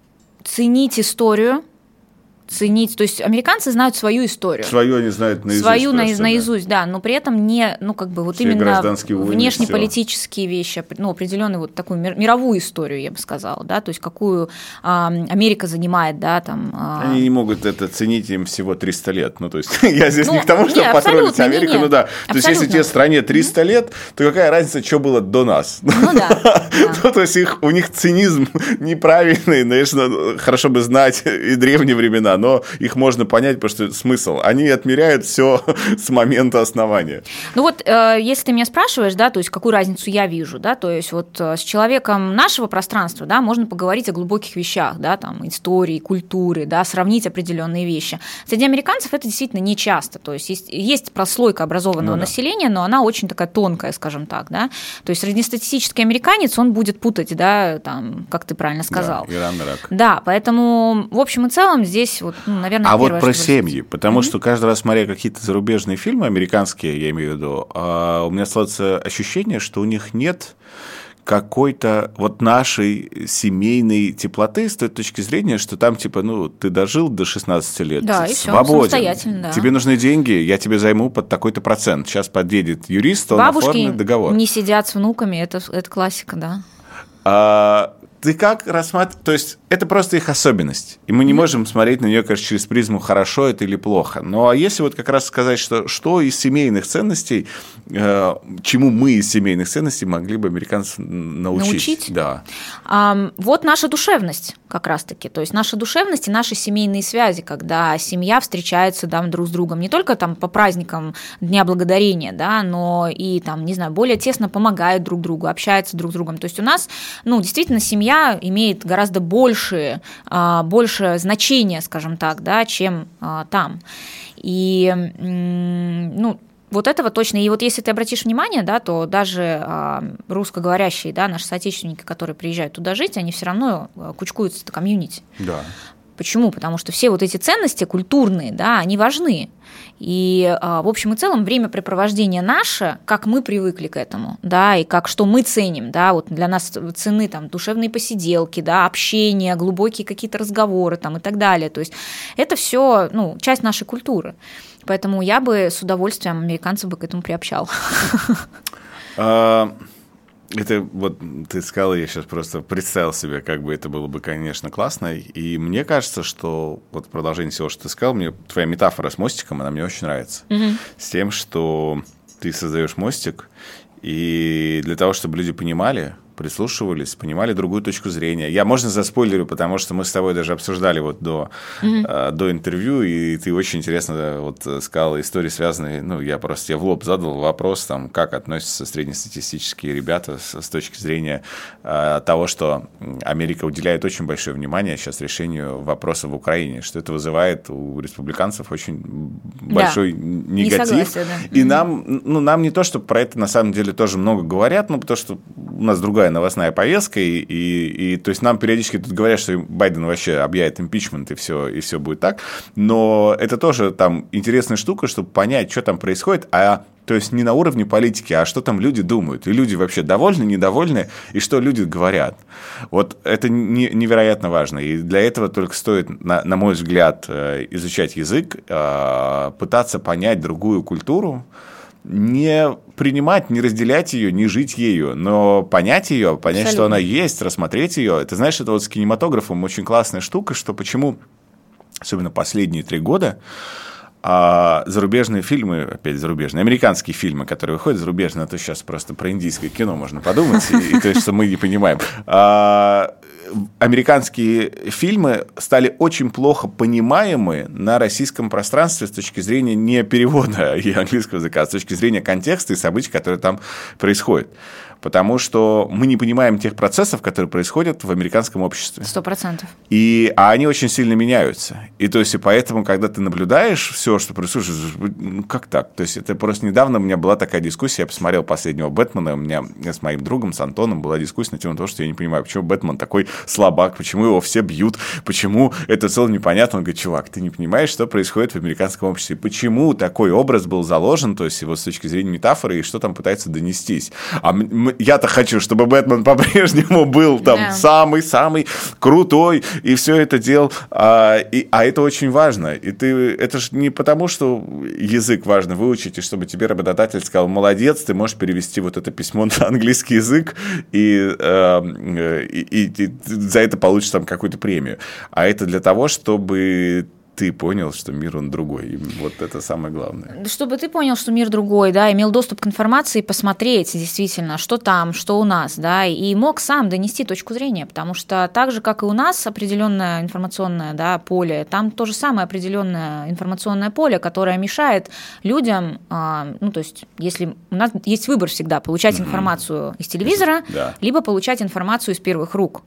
ценить историю, ценить, то есть американцы знают свою историю. Свою они знают наизусть. Свою просто, наизусть, да. да, но при этом не, ну, как бы вот все именно внешнеполитические вещи, ну, определенную вот такую мировую историю, я бы сказала, да, то есть какую а, Америка занимает, да, там… А... Они не могут это ценить, им всего триста лет, ну, то есть я здесь ну, не к тому, чтобы потроллить Америку, не, не. ну, да, абсолютно. То есть если тебе стране триста mm-hmm. лет, то какая разница, что было до нас? Ну, да. да. ну, то есть их, у них цинизм неправильный, конечно, хорошо бы знать и древние времена, но их можно понять, потому что смысл. Они отмеряют все с момента основания. Ну вот, э, если ты меня спрашиваешь, да, то есть какую разницу я вижу, да, то есть вот с человеком нашего пространства, да, можно поговорить о глубоких вещах, да, там, истории, культуры, да, сравнить определенные вещи. Среди американцев это действительно не часто, то есть есть, есть прослойка образованного ну, да. населения, но она очень такая тонкая, скажем так, да, то есть среднестатистический американец, он будет путать, да, там, как ты правильно сказал. Да, Иран, Ирак. Да, поэтому, в общем и целом, здесь вот, ну, наверное, а первое, вот про семьи, сказать. потому mm-hmm. что каждый раз, смотря какие-то зарубежные фильмы, американские, я имею в виду, у меня складывается ощущение, что у них нет какой-то вот нашей семейной теплоты с той точки зрения, что там типа, ну, ты дожил до шестнадцати лет, да, и свободен, самостоятельно, да. тебе нужны деньги, я тебе займу под такой-то процент. Сейчас подъедет юрист, он бабушки оформит договор. Не сидят с внуками, это, это классика, да. А, ты как рассматриваешь, то есть это просто их особенность. И мы не можем смотреть на нее, конечно, через призму, хорошо это или плохо. Ну, а если вот как раз сказать, что, что из семейных ценностей, э, чему мы из семейных ценностей могли бы американцев научить? Научить? Да. А, вот наша душевность как раз-таки. То есть наша душевность и наши семейные связи, когда семья встречается да, друг с другом не только там, по праздникам Дня Благодарения, да, но и, там, не знаю, более тесно помогает друг другу, общается друг с другом. То есть у нас, ну, действительно, семья имеет гораздо больше Больше, больше значения, скажем так, да, чем а, там. И ну, вот этого точно. И вот если ты обратишь внимание, да, то даже а, русскоговорящие, да, наши соотечественники, которые приезжают туда жить, они все равно кучкуются в комьюнити. Да. Почему? Потому что все вот эти ценности культурные, да, они важны. И, в общем и целом, времяпрепровождение наше, как мы привыкли к этому, да, и как что мы ценим, да, вот для нас цены там душевные посиделки, да, общение, глубокие какие-то разговоры там и так далее. То есть это все, ну, часть нашей культуры. Поэтому я бы с удовольствием американцев бы к этому приобщал. Это вот ты сказала, я сейчас просто представил себе, как бы это было бы, конечно, классно. И мне кажется, что вот в продолжение всего, что ты сказал, мне твоя метафора с мостиком, она мне очень нравится. Mm-hmm. С тем, что ты создаешь мостик, и для того, чтобы люди понимали, прислушивались, понимали другую точку зрения. Я, можно, заспойлерю, потому что мы с тобой даже обсуждали вот до, mm-hmm. э, до интервью, и ты очень интересно вот сказала истории, связанные, ну, я просто тебе в лоб задал вопрос, там, как относятся среднестатистические ребята с, с точки зрения э, того, что Америка уделяет очень большое внимание сейчас решению вопроса в Украине, что это вызывает у республиканцев очень большой да. негатив. Не согласен, да. И mm-hmm. нам, ну, нам не то, что про это на самом деле тоже много говорят, но потому что у нас другая новостная повестка, и, и, и то есть нам периодически тут говорят, что Байден вообще объявит импичмент, и все, и все будет так, но это тоже там интересная штука, чтобы понять, что там происходит, а то есть не на уровне политики, а что там люди думают, и люди вообще довольны, недовольны, и что люди говорят. Вот это не, невероятно важно, и для этого только стоит, на, на мой взгляд, изучать язык, пытаться понять другую культуру, не принимать, не разделять ее, не жить ею, но понять ее, понять, Абсолютно. Что она есть, рассмотреть ее. Ты знаешь, это вот с кинематографом очень классная штука, что почему, особенно последние три года, а зарубежные фильмы, опять зарубежные, американские фильмы, которые выходят зарубежные, а то сейчас просто про индийское кино можно подумать, и, и то, что мы не понимаем. А, американские фильмы стали очень плохо понимаемы на российском пространстве с точки зрения не перевода и английского языка, а с точки зрения контекста и событий, которые там происходят. Потому что мы не понимаем тех процессов, которые происходят в американском обществе. Сто процентов. И, а они очень сильно меняются. И то есть, и поэтому, когда ты наблюдаешь все, что происходит, ну как так? То есть, это просто недавно у меня была такая дискуссия, я посмотрел последнего «Бэтмена», у меня с моим другом, с Антоном, была дискуссия на тему того, что я не понимаю, почему Бэтмен такой слабак, почему его все бьют, почему это целое непонятно. Он говорит, чувак, ты не понимаешь, что происходит в американском обществе, почему такой образ был заложен, то есть, его с точки зрения метафоры, и что там пытается донестись. А я-то хочу, чтобы Бэтмен по-прежнему был там yeah. самый-самый крутой и все это делал. А, и, а это очень важно. И ты, это же не потому, что язык важно выучить, и чтобы тебе работодатель сказал, молодец, ты можешь перевести вот это письмо на английский язык, и, э, и, и, и за это получишь там какую-то премию. А это для того, чтобы ты понял, что мир, он другой. И вот это самое главное. Чтобы ты понял, что мир другой, да, имел доступ к информации, посмотреть действительно, что там, что у нас, да, и мог сам донести точку зрения, потому что так же, как и у нас определенное информационное, да, поле, там то же самое определенное информационное поле, которое мешает людям, ну, то есть, если у нас есть выбор всегда, получать mm-hmm. информацию из телевизора, да. либо получать информацию из первых рук.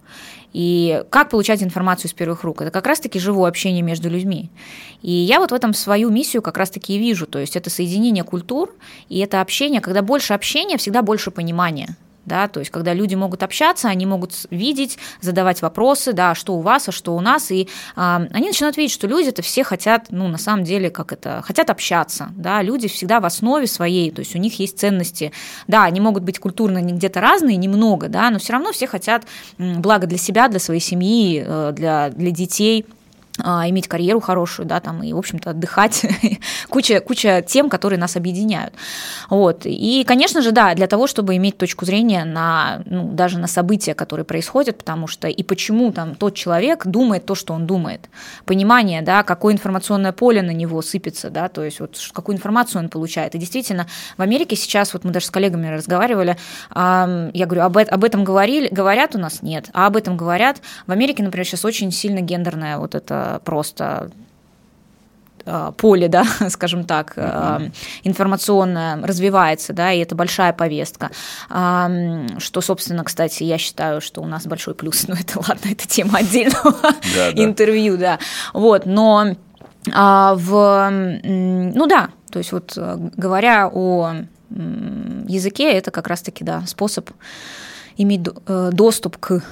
И как получать информацию из первых рук? Это как раз-таки живое общение между людьми. И я вот в этом свою миссию как раз-таки и вижу. То есть это соединение культур, и это общение. Когда больше общения, всегда больше понимания. Да, то есть, когда люди могут общаться, они могут видеть, задавать вопросы, да, что у вас, а что у нас, и а, они начинают видеть, что люди-то все хотят, ну, на самом деле, как это, хотят общаться, да, люди всегда в основе своей, то есть у них есть ценности, да, они могут быть культурно где-то разные, немного, да, но все равно все хотят блага для себя, для своей семьи, для, для детей. иметь карьеру хорошую, да, там, и, в общем-то, отдыхать, куча, куча тем, которые нас объединяют. Вот. И, конечно же, да, для того, чтобы иметь точку зрения на, ну, даже на события, которые происходят, потому что и почему там тот человек думает то, что он думает. Понимание, да, какое информационное поле на него сыпется, да, то есть вот какую информацию он получает. И действительно, в Америке сейчас, вот мы даже с коллегами разговаривали, я говорю, об, об этом говорили, говорят у нас? Нет. А об этом говорят. В Америке, например, сейчас очень сильно гендерная вот это просто поле, да, скажем так, uh-huh. информационное развивается, да, и это большая повестка, что, собственно, кстати, я считаю, что у нас большой плюс, но это ладно, это тема отдельного интервью, да, вот, но в, ну да, то есть вот говоря о языке, это как раз-таки, да, способ иметь доступ к.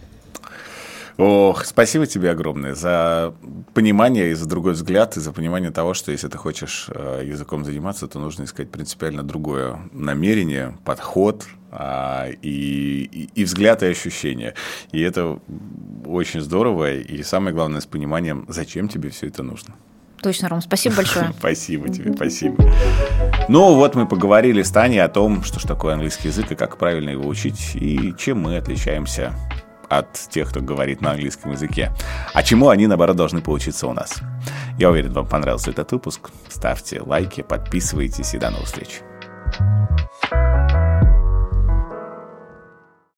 Ох, спасибо тебе огромное за понимание и за другой взгляд, и за понимание того, что если ты хочешь языком заниматься, то нужно искать принципиально другое намерение, подход и, и, и взгляд, и ощущения. И это очень здорово, и самое главное, с пониманием, зачем тебе все это нужно. Точно, Ром, спасибо большое. Спасибо тебе, спасибо. Ну вот мы поговорили с Таней о том, что ж такое английский язык и как правильно его учить, и чем мы отличаемся от тех, кто говорит на английском языке, а чему они, наоборот, должны поучиться у нас. Я уверен, вам понравился этот выпуск. Ставьте лайки, подписывайтесь и до новых встреч.